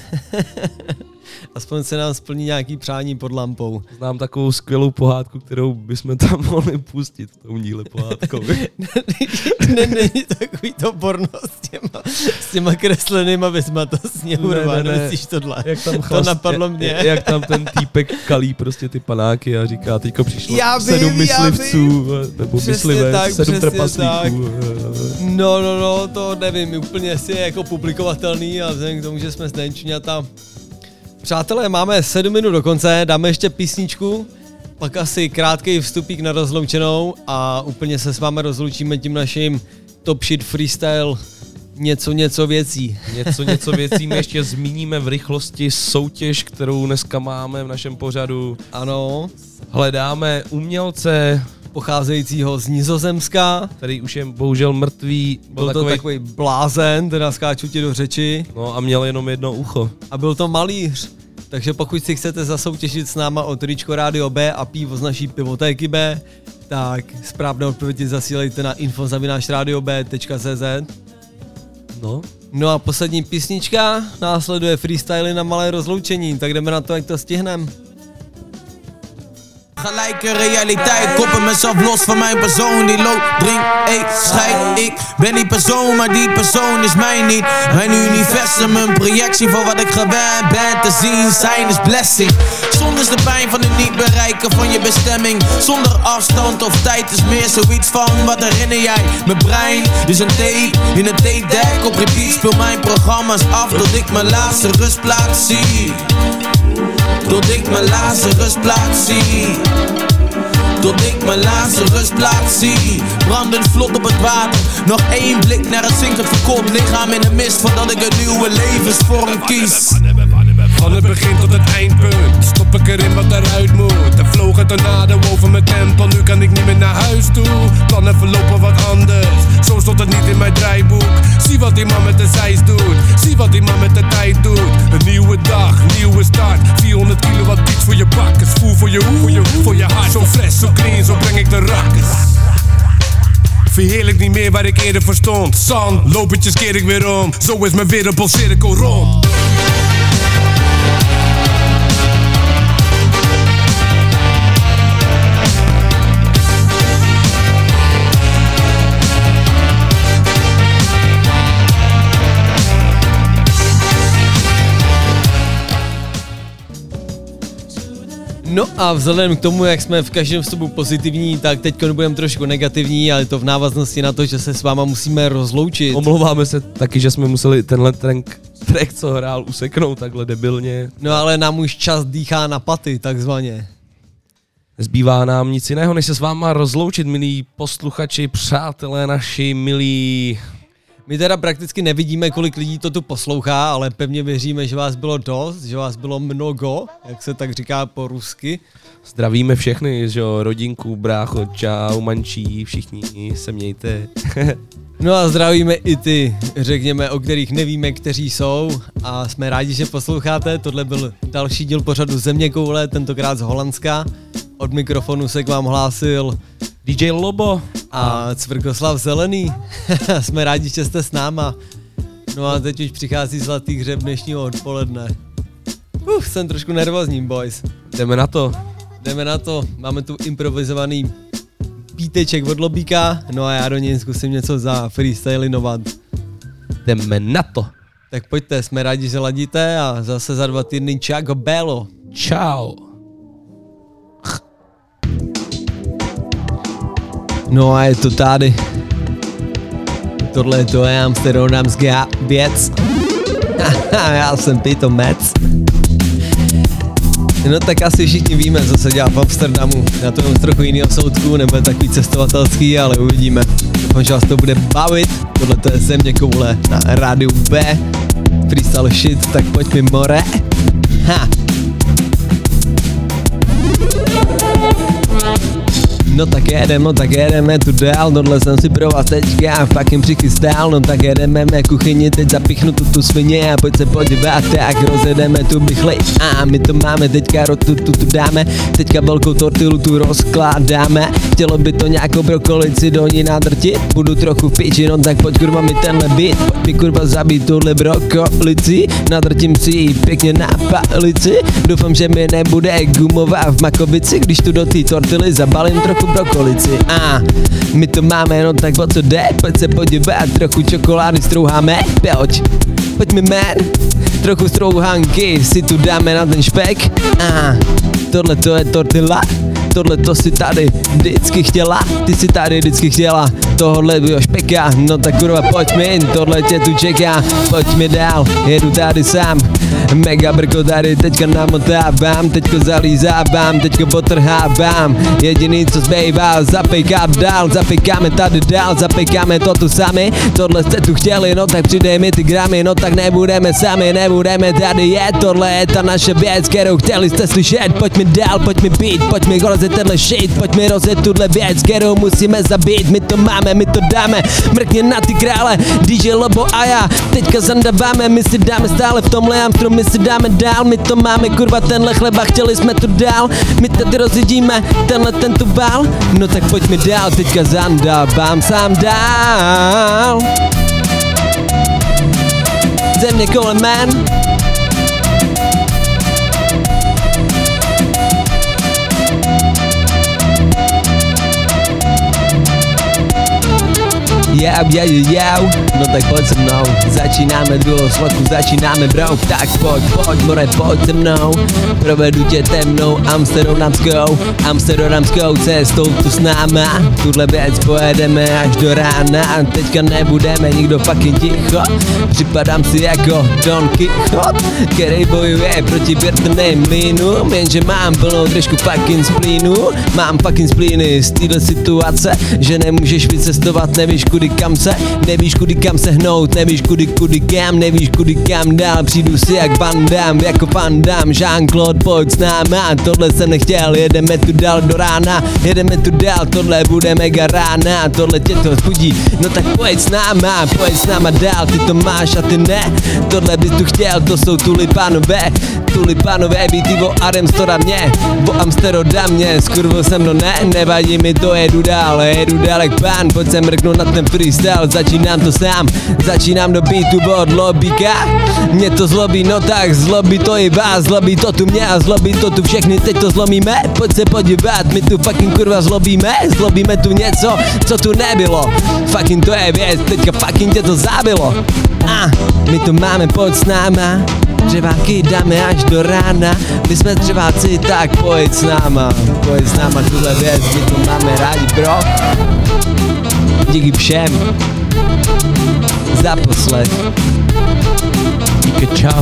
Aspoň se nám splní nějaký přání pod lampou. Znám takovou skvělou pohádku, kterou bychom tam mohli pustit v tom díle pohádkově. Není takový to porno s těma kreslenýma vysmata sněhurova, nemyslíš tohle? Jak tam to napadlo mě. Jak tam ten týpek kalí prostě ty panáky a říká, teďko přišlo 7 myslivců, nebo myslivec, 7 trpaslíků. No, to nevím, úplně si je jako publikovatelný a vzhledem k tomu, že jsme zdenčňata. Přátelé, máme 7 minut do konce, dáme ještě písničku, pak asi krátký vstupík na rozloučenou a úplně se s vámi rozloučíme tím naším Top Shit Freestyle něco věcí. Něco věcí my ještě zmíníme v rychlosti soutěž, kterou dneska máme v našem pořadu. Ano. Hledáme umělce pocházejícího z Nizozemska, který už je bohužel mrtvý. Byl to takový blázen, teda skáču ti do řeči. No a měl jenom jedno ucho. A byl to malíř. Takže pokud si chcete zasoutěžit s náma o tričko Rádio B a pivo z naší pivotéky B, tak správné odpovědi zasílejte na info@radiob.cz. No a poslední písnička, následuje freestyly na malé rozloučení, tak jdeme na to, jak to stihneme. Gelijke realiteit, koppel mezelf los van mijn persoon. Die loopt, drink, eet, scheid. Ik ben die persoon, maar die persoon is mij niet. Mijn universum, een projectie van wat ik gewend ben te zien. Zijn is blessing. Zonder de pijn van het niet bereiken van je bestemming. Zonder afstand of tijd is meer zoiets van wat herinner jij. Mijn brein is een tape in een tape deck. Op repeat speel mijn programma's af tot ik mijn laatste rustplaats zie. Tot ik mijn laatste rustplaats zie. Tot ik mijn laatste rustplaats zie. Brandend vlot op het water. Nog één blik naar het zinkend verkoold lichaam in de mist. Voordat ik een nieuwe levensvorm kies. Van het begin tot het eindpunt stop ik erin wat eruit moet. Er vloog een tornado over mijn tempel. Nu kan ik niet meer naar huis toe. Plannen verlopen wat anders. Zo stond het niet in mijn draaiboek. Zie wat die man met de zeis doet. Zie wat die man met de tijd doet. Een nieuwe dag, nieuwe start. 400 kilowatt beats voor je bakkes. Voel voor je hoe, voor je hart. Zo fles, zo clean, zo breng ik de rakkes. Verheerlijk niet meer waar ik eerder voor stond. Zand, lopertjes keer ik weer om. Zo is mijn wereldcirkel rond. No a vzhledem k tomu, jak jsme v každém vstupu pozitivní, tak teď budeme trošku negativní, ale to v návaznosti na to, že se s váma musíme rozloučit. Omlouváme se taky, že jsme museli tenhle track, co hrál, useknout takhle debilně. No ale nám už čas dýchá na paty, takzvaně. Zbývá nám nic jiného, než se s váma rozloučit, milí posluchači, přátelé naši, milí My teda prakticky nevidíme, kolik lidí to tu poslouchá, ale pevně věříme, že vás bylo dost, že vás bylo mnogo, jak se tak říká po rusky. Zdravíme všechny, že jo, rodinku, brácho, čau, mančí, všichni se mějte. No a zdravíme i ty, řekněme, o kterých nevíme, kteří jsou a jsme rádi, že posloucháte. Tohle byl další díl pořadu Zeměkoule, tentokrát z Holandska. Od mikrofonu se k vám hlásil DJ Lobo a Cvrkoslav Zelený. Jsme rádi, že jste s náma. No a teď už přichází zlatý hřeb dnešního odpoledne. Jsem trošku nervózní, boys. Jdeme na to. Jdeme na to, máme tu improvizovaný píteček od Lobíka, no a já do něj zkusím něco za freestylinovat. Jdeme na to. Tak pojďte, jsme rádi, že ladíte a zase za 2 týdny čago bello. Čau. No a je to tady. Tohle to je amsterdamská věc. Já jsem Pito Metz. No tak asi všichni víme, co se dělá v Amsterdamu. Já to mám z trochu jinýho soudku, nebude takový cestovatelský, ale uvidíme. Doufám, že vás to bude bavit. Tohle to je Zeměkoule na rádiu B. Freestyle shit, tak pojď mi more. Ha! No tak jedeme tu dál, tohle jsem si pro vás teďka fucking přichystal, no tak jedeme mé kuchyni, teď zapichnu tu svině a pojď se podívat, tak rozjedeme tu bychli a my to máme teďka, tu dáme, teďka velkou tortilu tu rozkládáme, chtělo by to nějakou brokolici do ní nadrtit, budu trochu v piči, no tak pojď kurva mi tenhle beat, pojď mi kurva zabít tuhle brokolici, nadrtím si ji pěkně na palici, doufám, že mi nebude gumová v makovici, když tu do té tortily zabalím trochu brokolici. My to máme, no tak o co jde, pojď se podívat, trochu čokolády strouháme, pojď mi man, trochu strouhanky si tu dáme na ten špek. Tohle to je tortilla, tohle to si tady vždycky chtěla, ty si tady vždycky chtěla tohle bylo špeka, no tak kurva pojď mi, tohle tě tu čeká, pojď mi dál, jedu tady sám, mega brko tady teďka namotávám, teďko zalízávám, teďko potrhávám, jediný co zbývá, zapejkat dál, zapejkáme tady dál, zapejkáme to tu sami, tohle jste tu chtěli, no tak přidej mi ty gramy, no tak nebudeme sami, nebudeme tady jet, tohle je ta naše věc, kterou chtěli jste slyšet, pojď mi dál, pojď mi být, pojď mi rozjet tenhle shit, pojď mi rozjet tuhle věc, kterou musíme zabít, my to máme, my to dáme, mrkně na ty krále, DJ Lobo a já, teďka zandaváme, my si dáme stále v tomhle amstru, my si dáme dál, my to máme, kurva tenhle chleba, chtěli jsme tu dál, my tady rozjedíme tenhle ten tu bál, no tak pojď mi dál, teďka zandávám sám dál. Zeměkoule man. No tak pojď se mnou, začínáme druhou sloku, začínáme bro, tak pojď more, pojď se mnou, provedu tě temnou amsterdamskou cestou tu s náma, tuhle věc pojedeme až do rána, teďka nebudeme nikdo fucking ticho, připadám si jako Don Quixote, který bojuje proti větrným mlýnům, jenže mám plnou držku fucking splínu, mám fucking splíny z téhle situace, že nemůžeš vycestovat, nevíš nevíš kudy kam se hnout, nevíš kudy kam, nevíš kudy kam dál, přijdu si jak Van Damme, jako Van Damme, Jean-Claude, pojď s náma, tohle jsem nechtěl, jedeme tu dál do rána, jedeme tu dál, tohle bude mega rána, tohle tě to vzbudí, no tak pojď s náma dál, ty to máš a ty ne, tohle bys tu chtěl, to jsou tulipánové, býty o Amsterdamě, skurvil se mnou nevadí mi to, jedu dál jak pán, pojď se mrknout na ten freestyle, začínám to sám, začínám do beatu od Lobíka, mě to zlobí, no tak zlobí to i vás, zlobí to tu mě a zlobí to tu všechny, teď to zlomíme, pojď se podívat, my tu fucking kurva zlobíme tu něco, co tu nebylo, fucking to je věc, teďka fucking tě to zabilo, my to máme, pojď s náma, dřeváky dáme až do rána, my jsme dřeváci, tak pojď s náma, tuhle věc, my to máme rádi bro. Díky všem za poslech. Díky čau.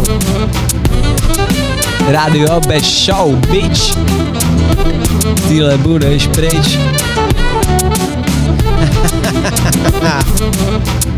Radio bez show, bitch. Týhle budeš pryč.